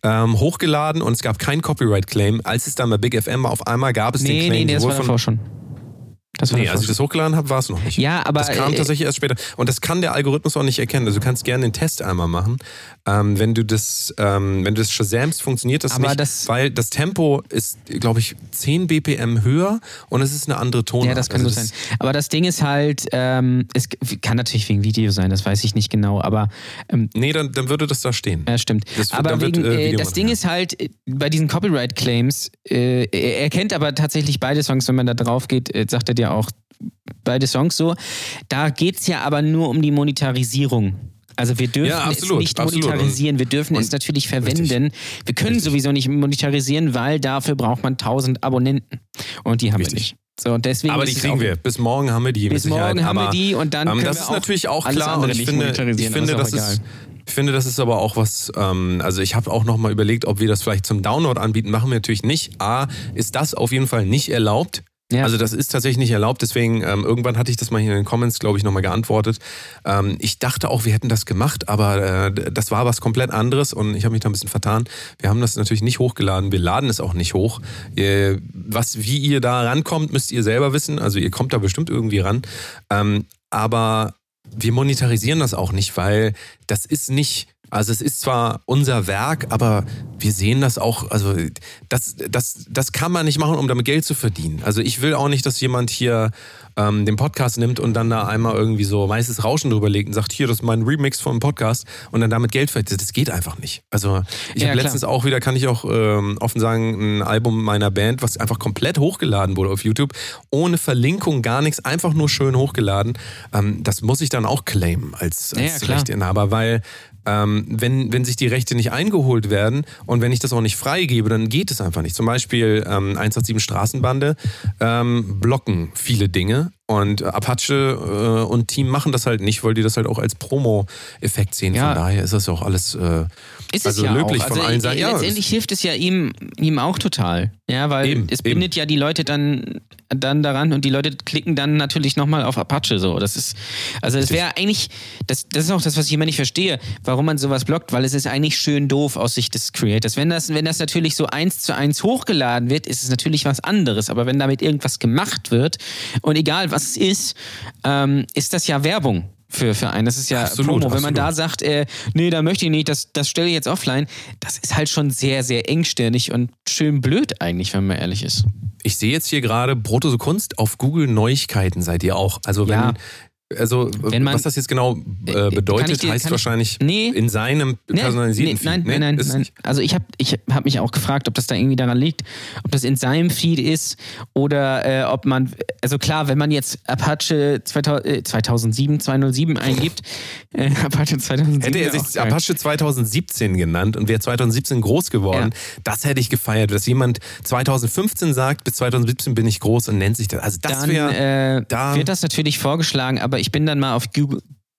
ähm, hochgeladen und es gab keinen Copyright-Claim. Als es dann bei Big F M war, auf einmal gab es nee, den Claim. Nee, nee, das war von, davor schon. Das war nee, als ich das hochgeladen habe, war es noch nicht. Ja, aber... Das kam äh, tatsächlich erst später. Und das kann der Algorithmus auch nicht erkennen. Also du kannst gerne den Test einmal machen. Ähm, wenn du das, ähm, wenn du das Shazamst, funktioniert das aber nicht, das, weil das Tempo ist, glaube ich, zehn B P M höher und es ist eine andere Tonart. Ja, das kann also gut sein. Aber das Ding ist halt, ähm, es kann natürlich wegen Video sein, das weiß ich nicht genau, aber... Ähm, nee, dann, dann würde das da stehen. Ja, stimmt. Das, aber wegen, wird, äh, äh, das Ding ist halt, äh, bei diesen Copyright-Claims, äh, er, er kennt aber tatsächlich beide Songs, wenn man da drauf geht, äh, sagt er dir auch, beide Songs so. Da geht es ja aber nur um die Monetarisierung. Also wir dürfen ja, absolut, es nicht absolut. monetarisieren, wir dürfen und, es natürlich verwenden. richtig. Wir können Richtig. sowieso nicht monetarisieren, weil dafür braucht man tausend Abonnenten. Und die haben Richtig. wir nicht. So, und deswegen aber die ist es kriegen auch, wir. Bis morgen haben wir die. Bis mit Sicherheit. morgen haben aber, wir die und dann ähm, können das wir ist auch natürlich auch alles klar. andere Und ich nicht finde, monetarisieren, ich finde, aber das ist auch ist... Ich finde, das ist aber auch was, ähm, also ich habe auch nochmal überlegt, ob wir das vielleicht zum Download anbieten. Machen wir natürlich nicht. A, ist das auf jeden Fall nicht erlaubt. Ja. Also das ist tatsächlich nicht erlaubt, deswegen ähm, irgendwann hatte ich das mal hier in den Comments, glaube ich, nochmal geantwortet. Ähm, ich dachte auch, wir hätten das gemacht, aber äh, das war was komplett anderes und ich habe mich da ein bisschen vertan. Wir haben das natürlich nicht hochgeladen, wir laden es auch nicht hoch. Ihr, was, wie ihr da rankommt, müsst ihr selber wissen, also ihr kommt da bestimmt irgendwie ran. Ähm, aber wir monetarisieren das auch nicht, weil das ist nicht... Also es ist zwar unser Werk, aber wir sehen das auch, also das, das, das kann man nicht machen, um damit Geld zu verdienen. Also ich will auch nicht, dass jemand hier ähm, den Podcast nimmt und dann da einmal irgendwie so weißes Rauschen drüber legt und sagt, hier, das ist mein Remix vom Podcast und dann damit Geld verdient. Das geht einfach nicht. Also ich Ja, habe klar. letztens auch wieder, kann ich auch ähm, offen sagen, ein Album meiner Band, was einfach komplett hochgeladen wurde auf YouTube, ohne Verlinkung, gar nichts, einfach nur schön hochgeladen. Ähm, das muss ich dann auch claimen als, als Ja, klar. Rechteinhaber, weil Ähm, wenn, wenn sich die Rechte nicht eingeholt werden und wenn ich das auch nicht freigebe, dann geht es einfach nicht. Zum Beispiel ähm, eins acht sieben Straßenbande ähm, blocken viele Dinge und Apache äh, und Team machen das halt nicht, weil die das halt auch als Promo-Effekt sehen. Ja. Von daher ist das ja auch alles äh, Ist also es ja löblich auch. von Also allen Seiten. Ja, letztendlich hilft es ja ihm, ihm auch total. Ja, weil Eben, es bindet eben. ja die Leute dann, dann daran und die Leute klicken dann natürlich nochmal auf Apache so. Das ist, also es wäre eigentlich, das, das ist auch das, was ich immer nicht verstehe, warum man sowas blockt, weil es ist eigentlich schön doof aus Sicht des Creators. Wenn das, wenn das natürlich so eins zu eins hochgeladen wird, ist es natürlich was anderes. Aber wenn damit irgendwas gemacht wird und egal was es ist, ähm, ist das ja Werbung. Für, für einen. Das ist ja Absolut, Promo. Wenn man absolut. da sagt, äh, nee, da möchte ich nicht, das, das stelle ich jetzt offline, das ist halt schon sehr, sehr engstirnig und schön blöd eigentlich, wenn man ehrlich ist. Ich sehe jetzt hier gerade Brotto so Kunst auf Google Neuigkeiten seid ihr auch. Also wenn, Ja. also Wenn man- was das jetzt genau äh, Kann ich bedeutet, dir- heißt kann ich- wahrscheinlich Nee. in seinem Nee, personalisierten nee, nein, Feed. nein, nein, ist nein. nicht. Also ich habe ich hab mich auch gefragt, ob das da irgendwie daran liegt, ob das in seinem Feed ist oder äh, ob man, also klar, wenn man jetzt Apache zweitausend, äh, zweitausendsieben, zweihundertsieben eingibt, äh, Apache zweitausendsieben. Hätte er wäre auch sich geil. Apache zweitausendsiebzehn genannt und wäre zweitausendsiebzehn groß geworden, Ja. das hätte ich gefeiert. Dass jemand zweitausendfünfzehn sagt, bis zweitausendsiebzehn bin ich groß und nennt sich das. Also das Dann wäre... äh, da- wird das natürlich vorgeschlagen, aber ich bin dann mal auf Google,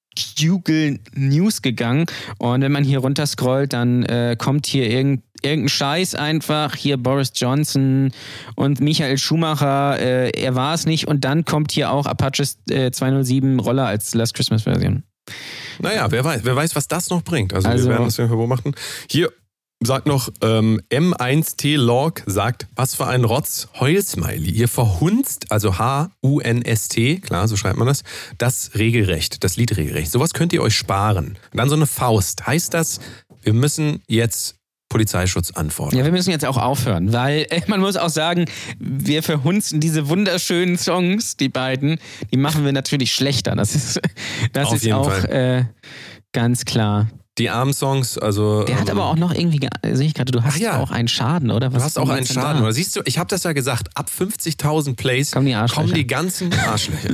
Google News gegangen und wenn man hier runterscrollt, dann äh, kommt hier irgend, irgendein Scheiß einfach, hier Boris Johnson und Michael Schumacher, äh, er war es nicht und dann kommt hier auch Apache äh, zweihundertsieben Roller als Last Christmas Version. Naja, wer weiß, wer weiß, was das noch bringt. Also, Also- wir werden das ja beobachten. Hier sagt noch ähm, M eins T Log sagt, was für ein Rotz, Heul-Smiley. Ihr verhunzt, also H U N S T, klar, so schreibt man das, das Regelrecht, das Liedregelrecht. Sowas könnt ihr euch sparen. Und dann so eine Faust. Heißt das, wir müssen jetzt Polizeischutz anfordern? Ja, wir müssen jetzt auch aufhören, weil äh, man muss auch sagen, wir verhunzen diese wunderschönen Songs, die beiden, die machen wir natürlich schlechter. Das ist, das Auf ist jeden auch Fall. äh, ganz klar. Die armen Songs, also... Der hat ähm, aber auch noch irgendwie, ge- sehe ich gerade, du hast Ach ja. auch einen Schaden, oder? Was Du hast auch kommt einen jetzt denn Schaden, da? oder? Siehst du, ich habe das ja gesagt, ab fünfzigtausend Plays Kommen die Arschlöcher. kommen die ganzen Arschlöcher.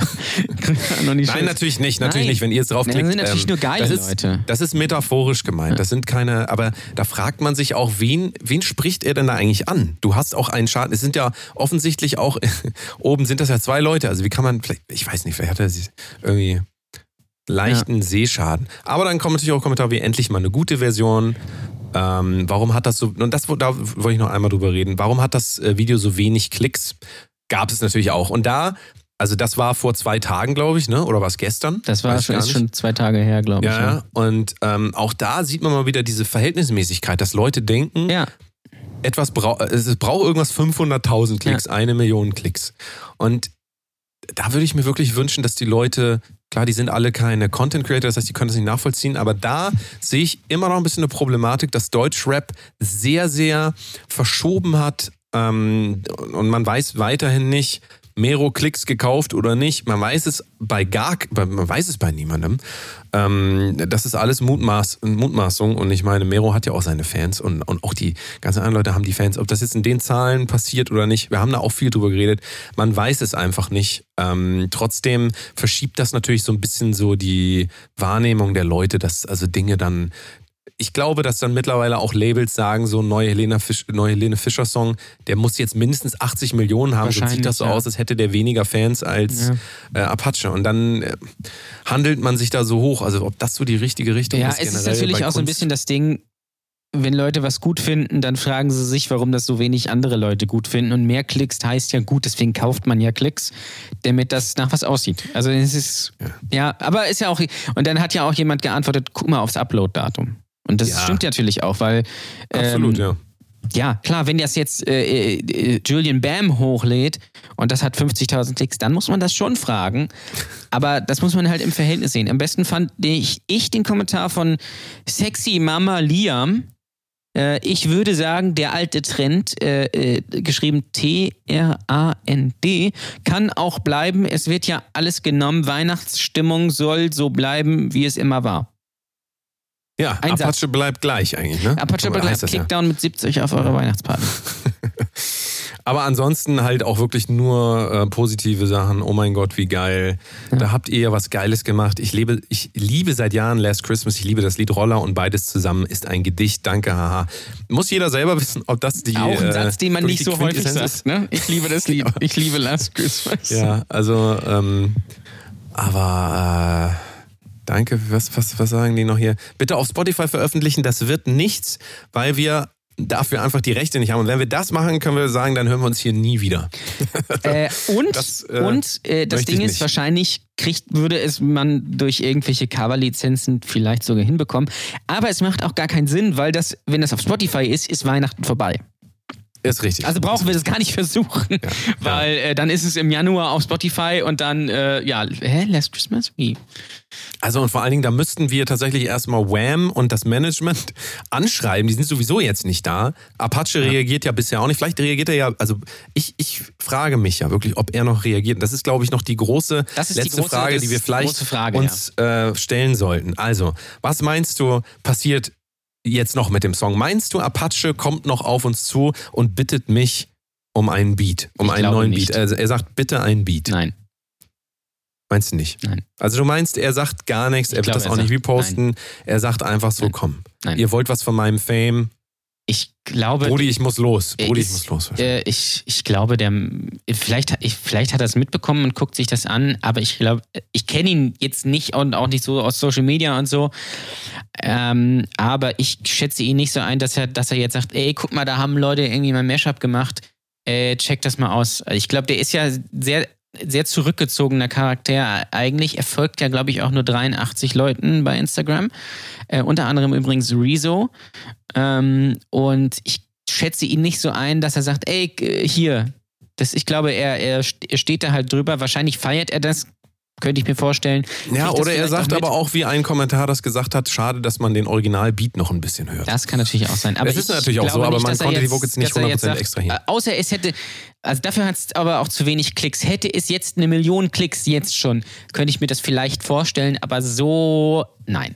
noch nicht Nein, schön. natürlich nicht, natürlich Nein. nicht, wenn ihr jetzt draufklickt. Nein, das sind natürlich nur geile das ist, Leute. Das ist metaphorisch gemeint, das sind keine, aber da fragt man sich auch, wen, wen spricht er denn da eigentlich an? Du hast auch einen Schaden, es sind ja offensichtlich auch, oben sind das ja zwei Leute, also wie kann man, vielleicht, ich weiß nicht, vielleicht hat er sie irgendwie... leichten ja. Sehschaden. Aber dann kommen natürlich auch Kommentare wie endlich mal eine gute Version. Ähm, warum hat das so, und das, da wollte ich noch einmal drüber reden, warum hat das Video so wenig Klicks? Gab es natürlich auch. Und da, Also das war vor zwei Tagen, glaube ich, ne? Oder war es gestern? Das war schon, ist schon zwei Tage her, glaube ich. Ja, ja. Und ähm, auch da sieht man mal wieder diese Verhältnismäßigkeit, dass Leute denken, ja. etwas braucht, es braucht irgendwas fünfhunderttausend Klicks, ja. eine Million Klicks. Und da würde ich mir wirklich wünschen, dass die Leute, klar, die sind alle keine Content Creator, das heißt, die können das nicht nachvollziehen, aber da sehe ich immer noch ein bisschen eine Problematik, dass Deutschrap sehr, sehr verschoben hat ähm, und man weiß weiterhin nicht, Mero Klicks gekauft oder nicht. Man weiß es bei gar, man weiß es bei niemandem. Ähm, das ist alles Mutmaß, Mutmaßung und ich meine, Mero hat ja auch seine Fans und, und auch die ganzen anderen Leute haben die Fans. Ob das jetzt in den Zahlen passiert oder nicht, wir haben da auch viel drüber geredet. Man weiß es einfach nicht. Ähm, trotzdem verschiebt das natürlich so ein bisschen so die Wahrnehmung der Leute, dass also Dinge dann. Ich glaube, dass dann mittlerweile auch Labels sagen, so ein neuer Helene, Fisch, neue Helene Fischer Song, der muss jetzt mindestens achtzig Millionen haben, sonst sieht das so ja. aus, als hätte der weniger Fans als ja. äh, Apache. Und dann äh, handelt man sich da so hoch. Also ob das so die richtige Richtung ja, ist. Ja, es ist natürlich auch so ein bisschen das Ding, wenn Leute was gut finden, dann fragen sie sich, warum das so wenig andere Leute gut finden. Und mehr Klicks heißt ja gut, deswegen kauft man ja Klicks, damit das nach was aussieht. Also es ist, ja, ja aber ist ja auch, und dann hat ja auch jemand geantwortet, guck mal aufs Upload-Datum. Und das ja. stimmt natürlich auch, weil Absolut, ähm, ja. Ja, klar, wenn das jetzt äh, äh, Julian Bam hochlädt und das hat fünfzigtausend Klicks, dann muss man das schon fragen. Aber das muss man halt im Verhältnis sehen. Am besten fand ich, ich den Kommentar von Sexy Mama Liam. Äh, ich würde sagen, der alte Trend, äh, äh, geschrieben T R A N D, kann auch bleiben. Es wird ja alles genommen. Weihnachtsstimmung soll so bleiben, wie es immer war. Ja, Ein Apache Satz. bleibt gleich eigentlich, ne? Apache bleibt Kickdown ja. mit siebzig auf eure Weihnachtsparty. Aber ansonsten halt auch wirklich nur äh, positive Sachen. Oh mein Gott, wie geil. Ja. Da habt ihr ja was Geiles gemacht. Ich liebe, ich liebe seit Jahren Last Christmas. Ich liebe das Lied Roller und beides zusammen ist ein Gedicht. Danke, haha. Muss jeder selber wissen, ob das die... Auch ein Satz, den man äh, nicht so häufig sagt. Ne? Ich liebe das Lied. Ich liebe Last Christmas. Ja, also, ähm, aber... Äh, Danke, was, was, was sagen die noch hier? Bitte auf Spotify veröffentlichen, das wird nichts, weil wir dafür einfach die Rechte nicht haben. Und wenn wir das machen, können wir sagen, dann hören wir uns hier nie wieder. Äh, und das, äh, und, äh, das Ding ist, wahrscheinlich kriegt, würde es man durch irgendwelche Coverlizenzen vielleicht sogar hinbekommen. Aber es macht auch gar keinen Sinn, weil das, wenn das auf Spotify ist, ist Weihnachten vorbei. Ist richtig. Also brauchen wir das gar nicht versuchen, ja, weil ja. Äh, dann ist es im Januar auf Spotify und dann, äh, ja, hä, Last Christmas? Wie? Also und vor allen Dingen, da müssten wir tatsächlich erstmal Wham und das Management anschreiben, die sind sowieso jetzt nicht da. Apache ja. reagiert ja bisher auch nicht, vielleicht reagiert er ja, also ich, ich frage mich ja wirklich, ob er noch reagiert. Das ist, glaube ich, noch die große letzte die große, Frage, die wir vielleicht Frage, uns ja. äh, stellen sollten. Also, was meinst du, passiert jetzt noch mit dem Song? Meinst du, Apache kommt noch auf uns zu und bittet mich um einen Beat, um ich einen neuen nicht. Beat? Also er sagt, bitte einen Beat. Nein. Meinst du nicht? Nein. Also du meinst, er sagt gar nichts, ich er wird glaube, das auch nicht reposten. Nein. Er sagt einfach so, nein. komm, nein. ihr wollt was von meinem Fame. Ich glaube... Brudi, ich muss los. Brudi, ist, ich muss los. Äh, ich, ich glaube, der... Vielleicht, ich, vielleicht hat er es mitbekommen und guckt sich das an, aber ich glaube, ich kenne ihn jetzt nicht und auch nicht so aus Social Media und so. Ähm, aber ich schätze ihn nicht so ein, dass er, dass er jetzt sagt, ey, guck mal, da haben Leute irgendwie mal ein Mashup gemacht. Äh, check das mal aus. Ich glaube, der ist ja sehr... sehr zurückgezogener Charakter eigentlich. Er folgt ja, glaube ich, auch nur dreiundachtzig Leuten bei Instagram. Äh, unter anderem übrigens Rezo. Ähm, und ich schätze ihn nicht so ein, dass er sagt, ey, hier. Das, ich glaube, er, er, er steht da halt drüber. Wahrscheinlich feiert er das, könnte ich mir vorstellen. Ja, oder er sagt aber auch, wie ein Kommentar das gesagt hat, schade, dass man den Original-Beat noch ein bisschen hört. Das kann natürlich auch sein. Aber das ist natürlich auch so, aber nicht, man konnte jetzt, die Vocals nicht hundert Prozent extrahieren. Äh, außer es hätte, also dafür hat es aber auch zu wenig Klicks. Hätte es jetzt eine Million Klicks jetzt schon, könnte ich mir das vielleicht vorstellen, aber so, nein.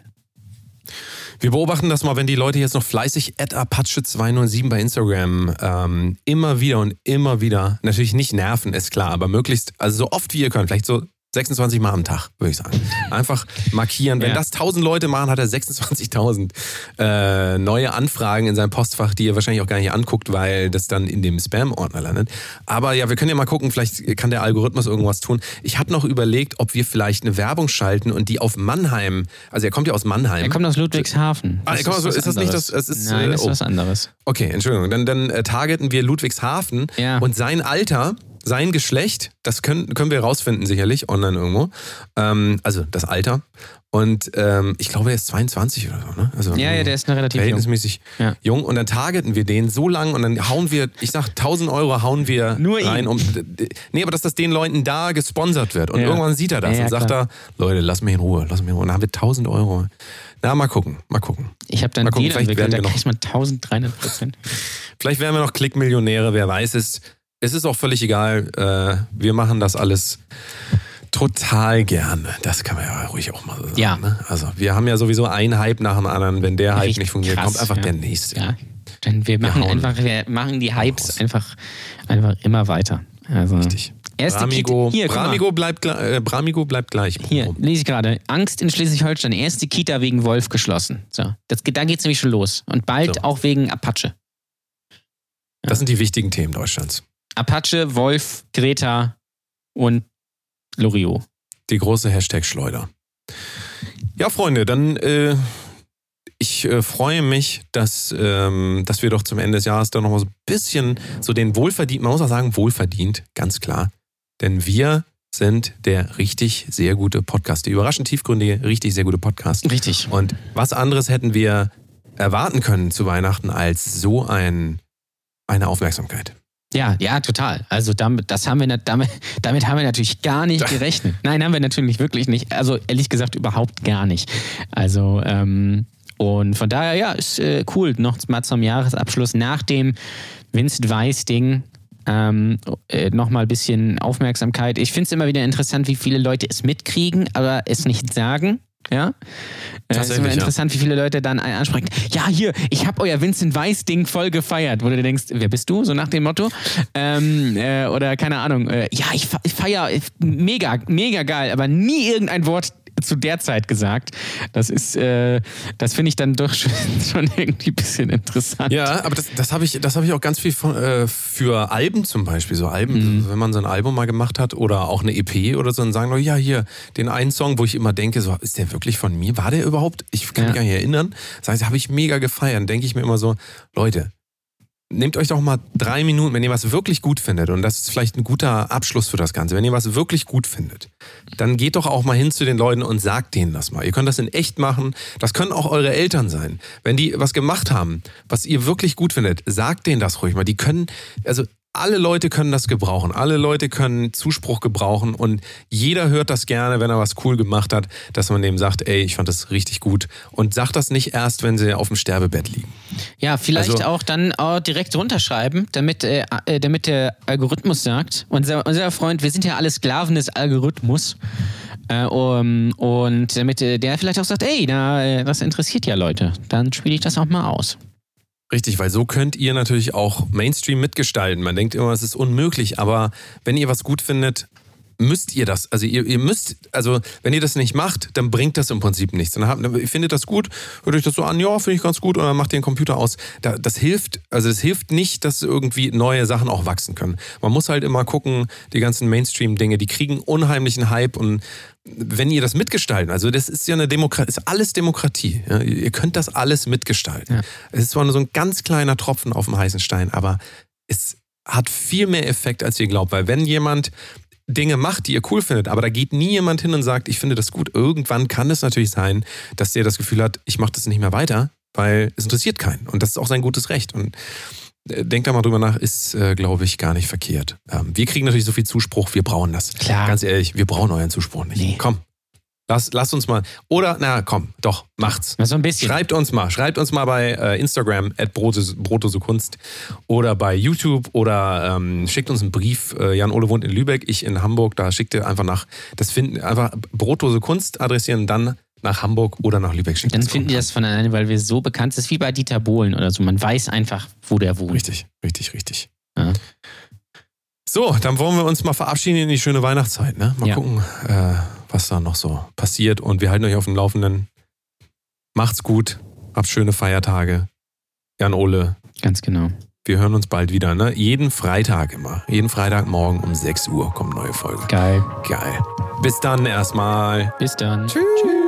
Wir beobachten das mal, wenn die Leute jetzt noch fleißig at Apache zwei null sieben bei Instagram ähm, immer wieder und immer wieder, natürlich nicht nerven, ist klar, aber möglichst, also so oft wie ihr könnt, vielleicht so sechsundzwanzig Mal am Tag, würde ich sagen. Einfach markieren. Wenn ja. das tausend Leute machen, hat er sechsundzwanzigtausend äh, neue Anfragen in seinem Postfach, die er wahrscheinlich auch gar nicht anguckt, weil das dann in dem Spam-Ordner landet. Aber ja, wir können ja mal gucken, vielleicht kann der Algorithmus irgendwas tun. Ich habe noch überlegt, ob wir vielleicht eine Werbung schalten und die auf Mannheim, also er kommt ja aus Mannheim. Er kommt aus Ludwigshafen. Ah, er kommt aus, ist, ist das nicht das? das ist, Nein, das ist oh. was anderes. Okay, Entschuldigung. Dann, dann äh, targeten wir Ludwigshafen ja. und sein Alter sein Geschlecht, das können, können wir rausfinden sicherlich, online irgendwo. Ähm, also das Alter. Und ähm, ich glaube, er ist zweiundzwanzig oder so, ne? Also ja, ja, der ist noch relativ verhältnismäßig jung. Ja. jung. Und dann targeten wir den so lang und dann hauen wir, ich sag, tausend Euro hauen wir Nur rein. ihn. Um, nee, aber dass das den Leuten da gesponsert wird. Und Ja. irgendwann sieht er das Ja, ja, und sagt klar. er, Leute, lass mich in Ruhe, lass mich in Ruhe. Und dann haben wir tausend Euro. Na, mal gucken, mal gucken. Ich habe dann Mal gucken, Deal vielleicht entwickelt, werden da wir kriegt man dreizehnhundert Prozent. Vielleicht werden wir noch Klickmillionäre, wer weiß es. Es ist auch völlig egal. Äh, wir machen das alles total gerne. Das kann man ja ruhig auch mal so sagen. Ja. Ne? Also wir haben ja sowieso einen Hype nach dem anderen. Wenn der Hype Richtig nicht funktioniert, krass, kommt einfach ja. der nächste. Ja, denn wir machen hauen einfach, wir machen die Hypes raus. einfach, einfach immer weiter. Also, Richtig. Erste Bramigo, Kita, hier, guck mal. Bramigo, bleibt, gle- äh, Bramigo bleibt gleich. Hier, lese ich gerade. Angst in Schleswig-Holstein. Erste Kita wegen Wolf geschlossen. So, das, da geht's nämlich schon los. Und bald So. auch wegen Apache. Das sind die wichtigen Themen Deutschlands. Apache, Wolf, Greta und Loriot. Die große Hashtag-Schleuder. Ja, Freunde, dann äh, ich äh, freue mich, dass, ähm, dass wir doch zum Ende des Jahres da noch mal so ein bisschen so den wohlverdient, man muss auch sagen, wohlverdient, ganz klar. Denn wir sind der richtig sehr gute Podcast, der überraschend tiefgründige, richtig sehr gute Podcast. Richtig. Und was anderes hätten wir erwarten können zu Weihnachten als so ein, eine Aufmerksamkeit. Ja, ja, total. Also damit, das haben wir, nicht- damit, damit haben wir natürlich gar nicht gerechnet. Nein, haben wir natürlich wirklich nicht. Also ehrlich gesagt überhaupt gar nicht. Also ähm, und von daher, ja, ist äh, cool. Noch mal zum Jahresabschluss nach dem Vincent Weiss-Ding ähm, äh, nochmal ein bisschen Aufmerksamkeit. Ich finde es immer wieder interessant, wie viele Leute es mitkriegen, aber es nicht sagen. Ja, es ist Tatsächlich, immer ja. interessant, wie viele Leute dann einen ansprechen. Ja, hier, ich habe euer Vincent Weiss-Ding voll gefeiert, wo du dir denkst, wer bist du? So nach dem Motto. Ähm, äh, oder keine Ahnung. Äh, ja, ich, fe- ich feier, ich- mega, mega geil, aber nie irgendein Wort zu der Zeit gesagt. Das ist, äh, das finde ich dann doch schon, schon irgendwie ein bisschen interessant. Ja, aber das, das habe ich, das hab ich auch ganz viel von, äh, für Alben zum Beispiel. So Alben, Mhm. wenn man so ein Album mal gemacht hat oder auch eine E P oder so, dann sagen Leute, ja, hier, den einen Song, wo ich immer denke, so, ist der wirklich von mir? War der überhaupt? Ich kann Ja. mich gar nicht erinnern. Das heißt, habe ich mega gefeiert. Dann denke ich mir immer so, Leute, nehmt euch doch mal drei Minuten, wenn ihr was wirklich gut findet, und das ist vielleicht ein guter Abschluss für das Ganze, wenn ihr was wirklich gut findet, dann geht doch auch mal hin zu den Leuten und sagt denen das mal. Ihr könnt das in echt machen, das können auch eure Eltern sein. Wenn die was gemacht haben, was ihr wirklich gut findet, sagt denen das ruhig mal. Die können, also alle Leute können das gebrauchen, alle Leute können Zuspruch gebrauchen und jeder hört das gerne, wenn er was cool gemacht hat, dass man dem sagt, ey, ich fand das richtig gut, und sagt das nicht erst, wenn sie auf dem Sterbebett liegen. Ja, vielleicht Also- auch dann auch direkt runterschreiben, damit, äh, äh, damit der Algorithmus sagt, unser, unser Freund, wir sind ja alle Sklaven des Algorithmus, äh, um, und damit äh, der vielleicht auch sagt, ey, na, äh, das interessiert ja Leute, dann spiele ich das auch mal aus. Richtig, weil so könnt ihr natürlich auch Mainstream mitgestalten. Man denkt immer, es ist unmöglich, aber wenn ihr was gut findet, müsst ihr das. Also ihr, ihr müsst, also wenn ihr das nicht macht, dann bringt das im Prinzip nichts. Dann habt, ihr findet das gut, hört euch das so an, ja, finde ich ganz gut, und dann macht ihr den Computer aus. Da, das hilft, also es hilft nicht, dass irgendwie neue Sachen auch wachsen können. Man muss halt immer gucken, die ganzen Mainstream-Dinge, die kriegen unheimlichen Hype, und wenn ihr das mitgestalten, also das ist ja eine Demokratie, ist alles Demokratie. Ja, ihr könnt das alles mitgestalten. Ja. Es ist zwar nur so ein ganz kleiner Tropfen auf dem heißen Stein, aber es hat viel mehr Effekt, als ihr glaubt. Weil wenn jemand Dinge macht, die ihr cool findet, aber da geht nie jemand hin und sagt, ich finde das gut, irgendwann kann es natürlich sein, dass der das Gefühl hat, ich mache das nicht mehr weiter, weil es interessiert keinen. Und das ist auch sein gutes Recht. Und äh, denkt da mal drüber nach, ist, äh, glaube ich, gar nicht verkehrt. Ähm, wir kriegen natürlich so viel Zuspruch, wir brauchen das. Klar. Ganz ehrlich, wir brauchen euren Zuspruch nicht. Nee. Komm, lass, lasst uns mal. Oder, na komm, doch, macht's. Na, so ein bisschen. Schreibt uns mal. Schreibt uns mal bei äh, Instagram at brotosekunst oder bei YouTube oder ähm, schickt uns einen Brief. Äh, Jan-Ole wohnt in Lübeck, ich in Hamburg. Da schickt ihr einfach nach, das finden, einfach Brotosekunst adressieren, dann nach Hamburg oder nach Lübeck schicken. Dann finden die das von alleine, weil wir so bekannt sind, wie bei Dieter Bohlen oder so. Man weiß einfach, wo der wohnt. Richtig, richtig, richtig. Ja. So, dann wollen wir uns mal verabschieden in die schöne Weihnachtszeit. Ne? Mal Ja. gucken, äh, was da noch so passiert. Und wir halten euch auf dem Laufenden. Macht's gut, habt schöne Feiertage. Jan-Ole, Ganz genau. wir hören uns bald wieder. Ne? Jeden Freitag immer. Jeden Freitagmorgen um sechs Uhr kommt eine neue Folge. Geil. Geil. Bis dann erstmal. Bis dann. Tschüss.